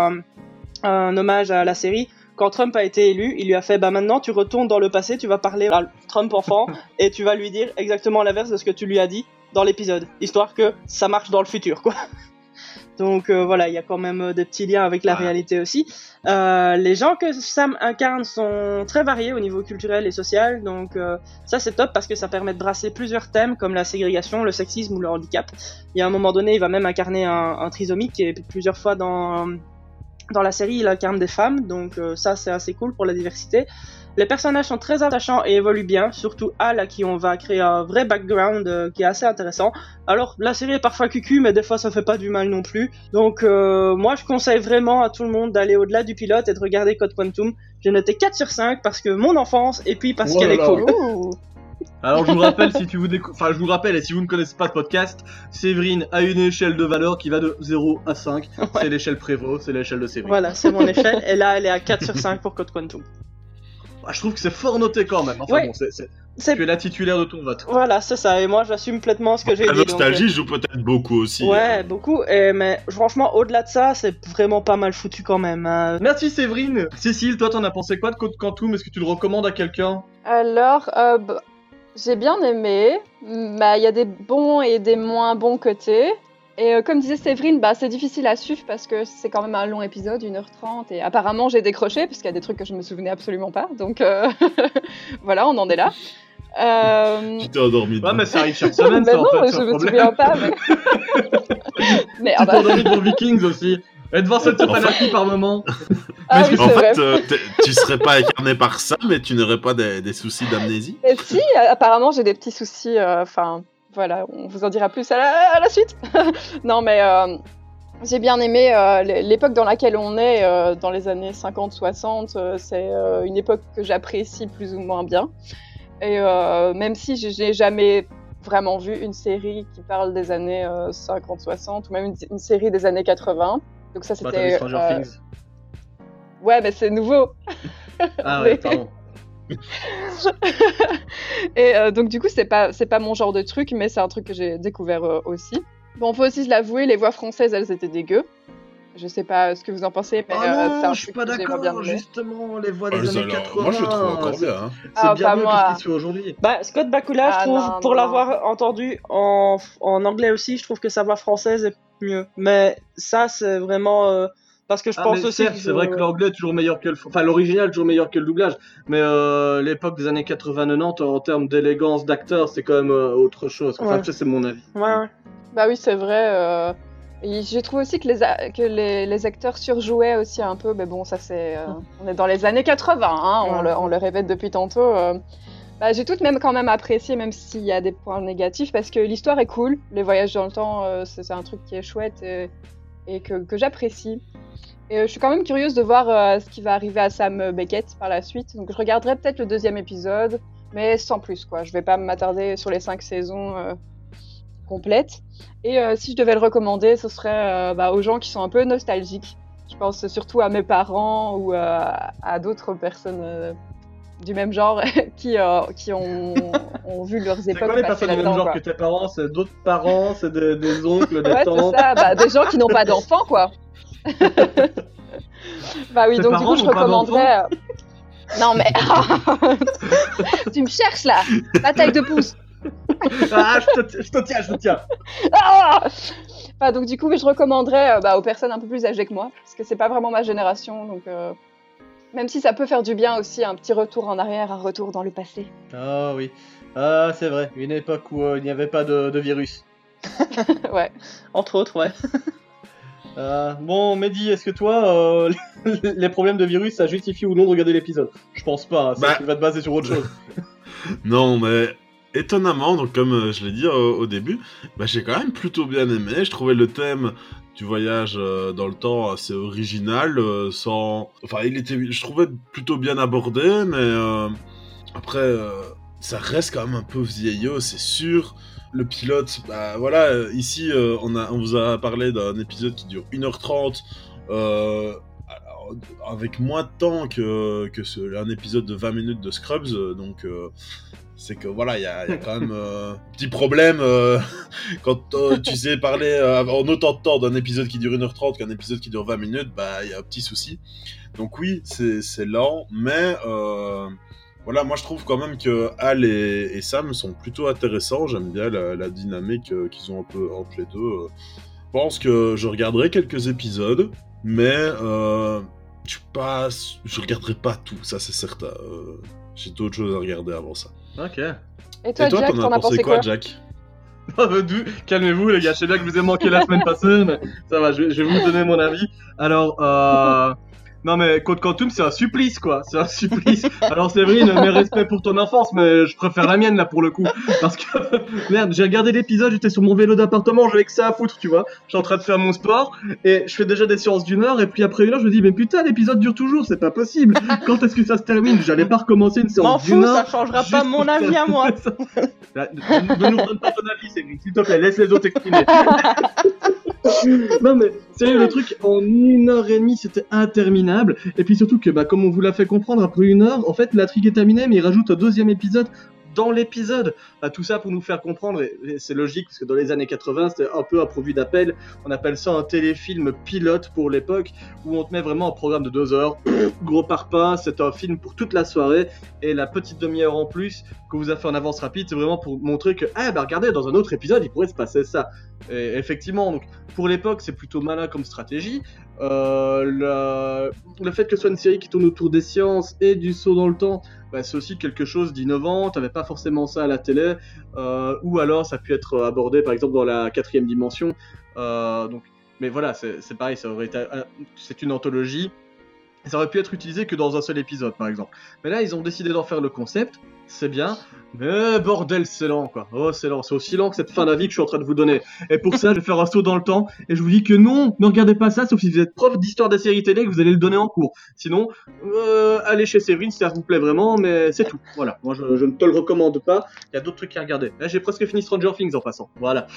un hommage à la série. Quand Trump a été élu, il lui a fait maintenant tu retournes dans le passé, tu vas parler à Trump enfant et tu vas lui dire exactement l'inverse de ce que tu lui as dit dans l'épisode, histoire que ça marche dans le futur, quoi. Donc voilà, il y a quand même des petits liens avec la réalité aussi. Les gens que Sam incarne sont très variés au niveau culturel et social, donc ça c'est top parce que ça permet de brasser plusieurs thèmes comme la ségrégation, le sexisme ou le handicap. Il y a un moment donné, il va même incarner un trisomique et plusieurs fois dans la série, il incarne des femmes, donc ça c'est assez cool pour la diversité. Les personnages sont très attachants et évoluent bien, surtout Hal à qui on va créer un vrai background qui est assez intéressant. Alors la série est parfois cucu mais des fois ça fait pas du mal non plus. Donc moi je conseille vraiment à tout le monde d'aller au-delà du pilote et de regarder Code Quantum. J'ai noté 4 sur 5 parce que mon enfance et puis parce qu'elle est cool. Alors je vous rappelle, je vous rappelle, et si vous ne connaissez pas le podcast, Séverine a une échelle de valeur qui va de 0 à 5. Ouais. C'est l'échelle Prévost, c'est l'échelle de Séverine. Voilà, c'est mon échelle, et là elle est à 4 sur 5 pour Code Quantum. Je trouve que c'est fort noté quand même. Enfin ouais. Bon, tu es la titulaire de ton vote. Voilà, c'est ça, et moi j'assume complètement ce que j'ai dit. La nostalgie joue peut-être beaucoup aussi. Ouais, beaucoup, mais franchement, au-delà de ça, c'est vraiment pas mal foutu quand même. Merci Séverine. Cécile, toi t'en as pensé quoi de Code Quantum? Est-ce que tu le recommandes à quelqu'un? Alors, j'ai bien aimé, mais il y a des bons et des moins bons côtés. Et comme disait Séverine, c'est difficile à suivre parce que c'est quand même un long épisode, 1h30, et apparemment j'ai décroché parce qu'il y a des trucs que je me souvenais absolument pas, donc voilà, on en est là. Tu t'es endormi. Ouais, mais ça arrive chaque semaine, ça, non, en fait, je me souviens pas, mais... Tu t'es endormi pour Vikings aussi. Et devant cette penalty par moment. Ah oui, en c'est fait, vrai. tu serais pas incarné par ça, mais tu n'aurais pas des soucis d'amnésie. Et si, apparemment j'ai des petits soucis, voilà, on vous en dira plus à la suite. Non, mais j'ai bien aimé l'époque dans laquelle on est, dans les années 50-60, c'est une époque que j'apprécie plus ou moins bien. Et même si je n'ai jamais vraiment vu une série qui parle des années 50-60, ou même une série des années 80. Donc ça, c'était... t'as vu Stranger Things. Ouais, mais c'est nouveau. Ah ouais, pardon. Et donc du coup c'est pas mon genre de truc, mais c'est un truc que j'ai découvert aussi. Bon, faut aussi se l'avouer, les voix françaises elles étaient dégueu. Je sais pas ce que vous en pensez, mais non, je suis truc pas d'accord, justement, les voix des années 80. Moi je le trouve encore bien. Hein. C'est bien mieux que ce qui se fait aujourd'hui. Scott Bakula, je trouve, pour l'avoir entendu en anglais aussi, je trouve que sa voix française est mieux. Mais ça c'est vraiment... Parce que je pense aussi certes, c'est vrai que l'anglais est toujours meilleur que l'original est toujours meilleur que le doublage, mais l'époque des années 80-90 en termes d'élégance d'acteur, c'est quand même autre chose. Enfin, ça c'est mon avis. Ouais. Bah oui, c'est vrai. Et j'ai trouvé aussi que les acteurs surjouaient aussi un peu, mais bon, ça c'est... on est dans les années 80, hein, on le répète depuis tantôt. J'ai tout de même quand même apprécié, même s'il y a des points négatifs, parce que l'histoire est cool, les voyages dans le temps, c'est un truc qui est chouette et que j'apprécie. Et je suis quand même curieuse de voir ce qui va arriver à Sam Beckett par la suite. Donc je regarderai peut-être le 2e épisode, mais sans plus, quoi. Je vais pas m'attarder sur les 5 saisons complètes. Et si je devais le recommander, ce serait aux gens qui sont un peu nostalgiques. Je pense surtout à mes parents ou à d'autres personnes du même genre qui ont vu leurs époques. C'est quoi les personnes du même genre que tes parents? C'est d'autres parents, c'est des oncles, des tantes? C'est ça, des gens qui n'ont pas d'enfants, quoi. Oui, donc du coup je recommanderais... Non mais... Tu me cherches là, bataille de pouces. Je te tiens. Donc du coup je recommanderais aux personnes un peu plus âgées que moi, parce que c'est pas vraiment ma génération, donc même si ça peut faire du bien aussi, un petit retour en arrière, un retour dans le passé. Ah oui, c'est vrai, une époque où il n'y avait pas de virus. Ouais. Entre autres, ouais. Bon, Mehdi, est-ce que toi, les problèmes de virus, ça justifie ou non de regarder l'épisode? Je pense pas, tu vas te baser sur autre chose. Non, mais étonnamment, donc comme je l'ai dit au début, j'ai quand même plutôt bien aimé. Je trouvais le thème du voyage dans le temps assez original, je trouvais plutôt bien abordé, mais après, ça reste quand même un peu vieillot, c'est sûr. Le pilote, ici on vous a parlé d'un épisode qui dure 1h30 avec moins de temps un épisode de 20 minutes de Scrubs, donc c'est que voilà, il y a quand même un petit problème quand tu sais parler en autant de temps d'un épisode qui dure 1h30 qu'un épisode qui dure 20 minutes, il y a un petit souci. Donc oui, c'est lent, mais voilà, moi je trouve quand même que Hal et Sam sont plutôt intéressants. J'aime bien la dynamique qu'ils ont un peu entre les deux. Je pense que je regarderai quelques épisodes, mais je regarderai pas tout, ça c'est certain. J'ai d'autres choses à regarder avant ça. Ok. Et toi Jack, t'en as pensé quoi, Jack? Calmez-vous les gars, je sais bien que je vous ai manqué la semaine passée, mais ça va, je vais vous donner mon avis. Alors, Non mais Code Quantum c'est un supplice quoi, c'est un supplice. Alors Séverine, mes respects pour ton enfance, mais je préfère la mienne là pour le coup. Parce que, merde, j'ai regardé l'épisode, j'étais sur mon vélo d'appartement, j'avais que ça à foutre, tu vois. Je suis en train de faire mon sport, et je fais déjà des séances d'1 heure, et puis après 1 heure je me dis, mais putain l'épisode dure toujours, c'est pas possible. Quand est-ce que ça se termine? J'allais pas recommencer une séance M'en d'1 fous, heure. ça changera pas juste mon pour avis faire- à moi. Là, ne nous donne pas ton avis Séverine, s'il te plaît, laisse les autres exprimer. Non mais sérieux, le truc en 1h30 c'était interminable, et puis surtout que comme on vous l'a fait comprendre, après 1 heure en fait l'intrigue est terminée, mais il rajoute un 2e épisode dans l'épisode. Tout ça pour nous faire comprendre, et c'est logique parce que dans les années 80 c'était un peu un produit d'appel, on appelle ça un téléfilm pilote pour l'époque, où on te met vraiment un programme de 2 heures, gros parpaing, c'est un film pour toute la soirée, et la petite demi-heure en plus que vous a fait en avance rapide, c'est vraiment pour montrer que regardez, dans un autre épisode il pourrait se passer ça. Et effectivement, donc pour l'époque c'est plutôt malin comme stratégie. Le fait que ce soit une série qui tourne autour des sciences et du saut dans le temps, c'est aussi quelque chose d'innovant. T'avais pas forcément ça à la télé, ou alors ça a pu être abordé par exemple dans la 4e dimension. Mais voilà, c'est pareil, c'est une anthologie. Ça aurait pu être utilisé que dans un seul épisode par exemple. Mais là ils ont décidé d'en faire le concept, c'est bien. Mais bordel, c'est lent quoi. Oh, c'est lent, c'est aussi lent que cette fin d'avis que je suis en train de vous donner. Et pour ça, je vais faire un saut dans le temps. Et je vous dis que non, ne regardez pas ça, sauf si vous êtes prof d'histoire des séries télé et que vous allez le donner en cours. Sinon, allez chez Séverine si ça vous plaît vraiment, mais c'est tout. Voilà, moi je ne te le recommande pas. Il y a d'autres trucs à regarder. Là, j'ai presque fini Stranger Things en passant. Voilà.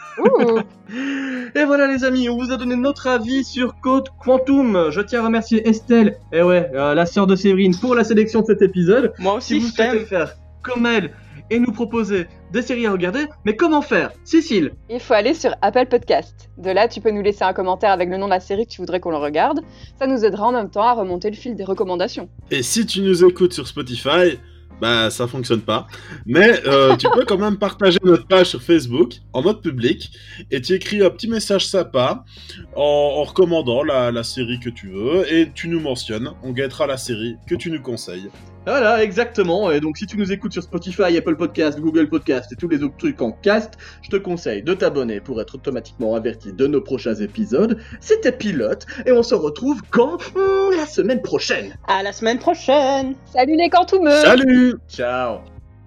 Et voilà les amis, on vous a donné notre avis sur Code Quantum. Je tiens à remercier Estelle, la sœur de Séverine, pour la sélection de cet épisode. Moi aussi, Si vous je t'aime. souhaitez faire comme elle et nous proposer des séries à regarder, mais comment faire, Cécile? Il faut aller sur Apple Podcast. De là, tu peux nous laisser un commentaire avec le nom de la série que tu voudrais qu'on le regarde. Ça nous aidera en même temps à remonter le fil des recommandations. Et si tu nous écoutes sur Spotify, ça fonctionne pas. Mais tu peux quand même partager notre page sur Facebook en mode public et tu écris un petit message sympa en recommandant la série que tu veux et tu nous mentionnes. On guettera la série que tu nous conseilles. Voilà, exactement. Et donc si tu nous écoutes sur Spotify, Apple Podcast, Google Podcast et tous les autres trucs en cast, je te conseille de t'abonner pour être automatiquement averti de nos prochains épisodes. C'était Pilote et on se retrouve quand? La semaine prochaine. À la semaine prochaine. Salut les quantumeux! Salut! Ciao.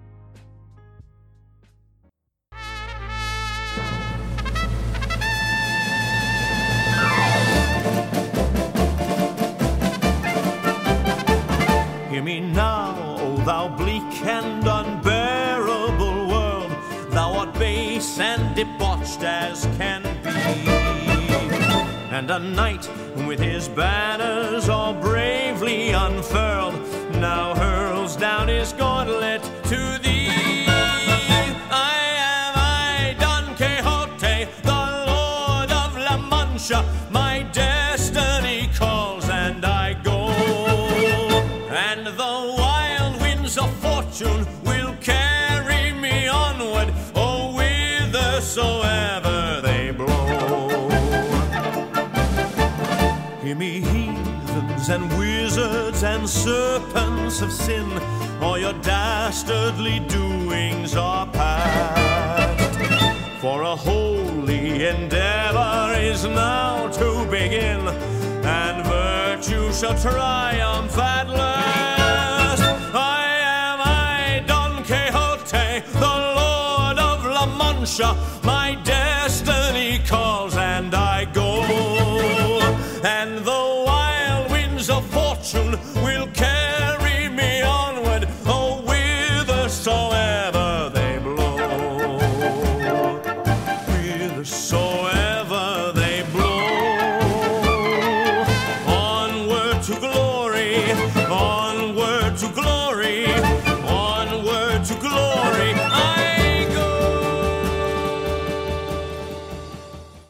Hear me now, O thou bleak and unbearable world, thou art base and debauched as can be. And a knight with his banners all bravely unfurled now hurls down his gauntlet to thee. I am Don Quixote, the Lord of La Mancha, my destiny calls and I go. And the wild winds of fortune will carry me onward, oh, whithersoever they blow. Hear me, heathens and wizards and serpents of sin, all your dastardly doings are past. For a holy endeavor is now to begin, and virtue shall triumph at last. I, Don Quixote, the Lord of La Mancha, my destiny calls and I go. And the wild winds of fortune will carry me onward, oh, whithersoever they blow. Whithersoever they blow. Onward to glory,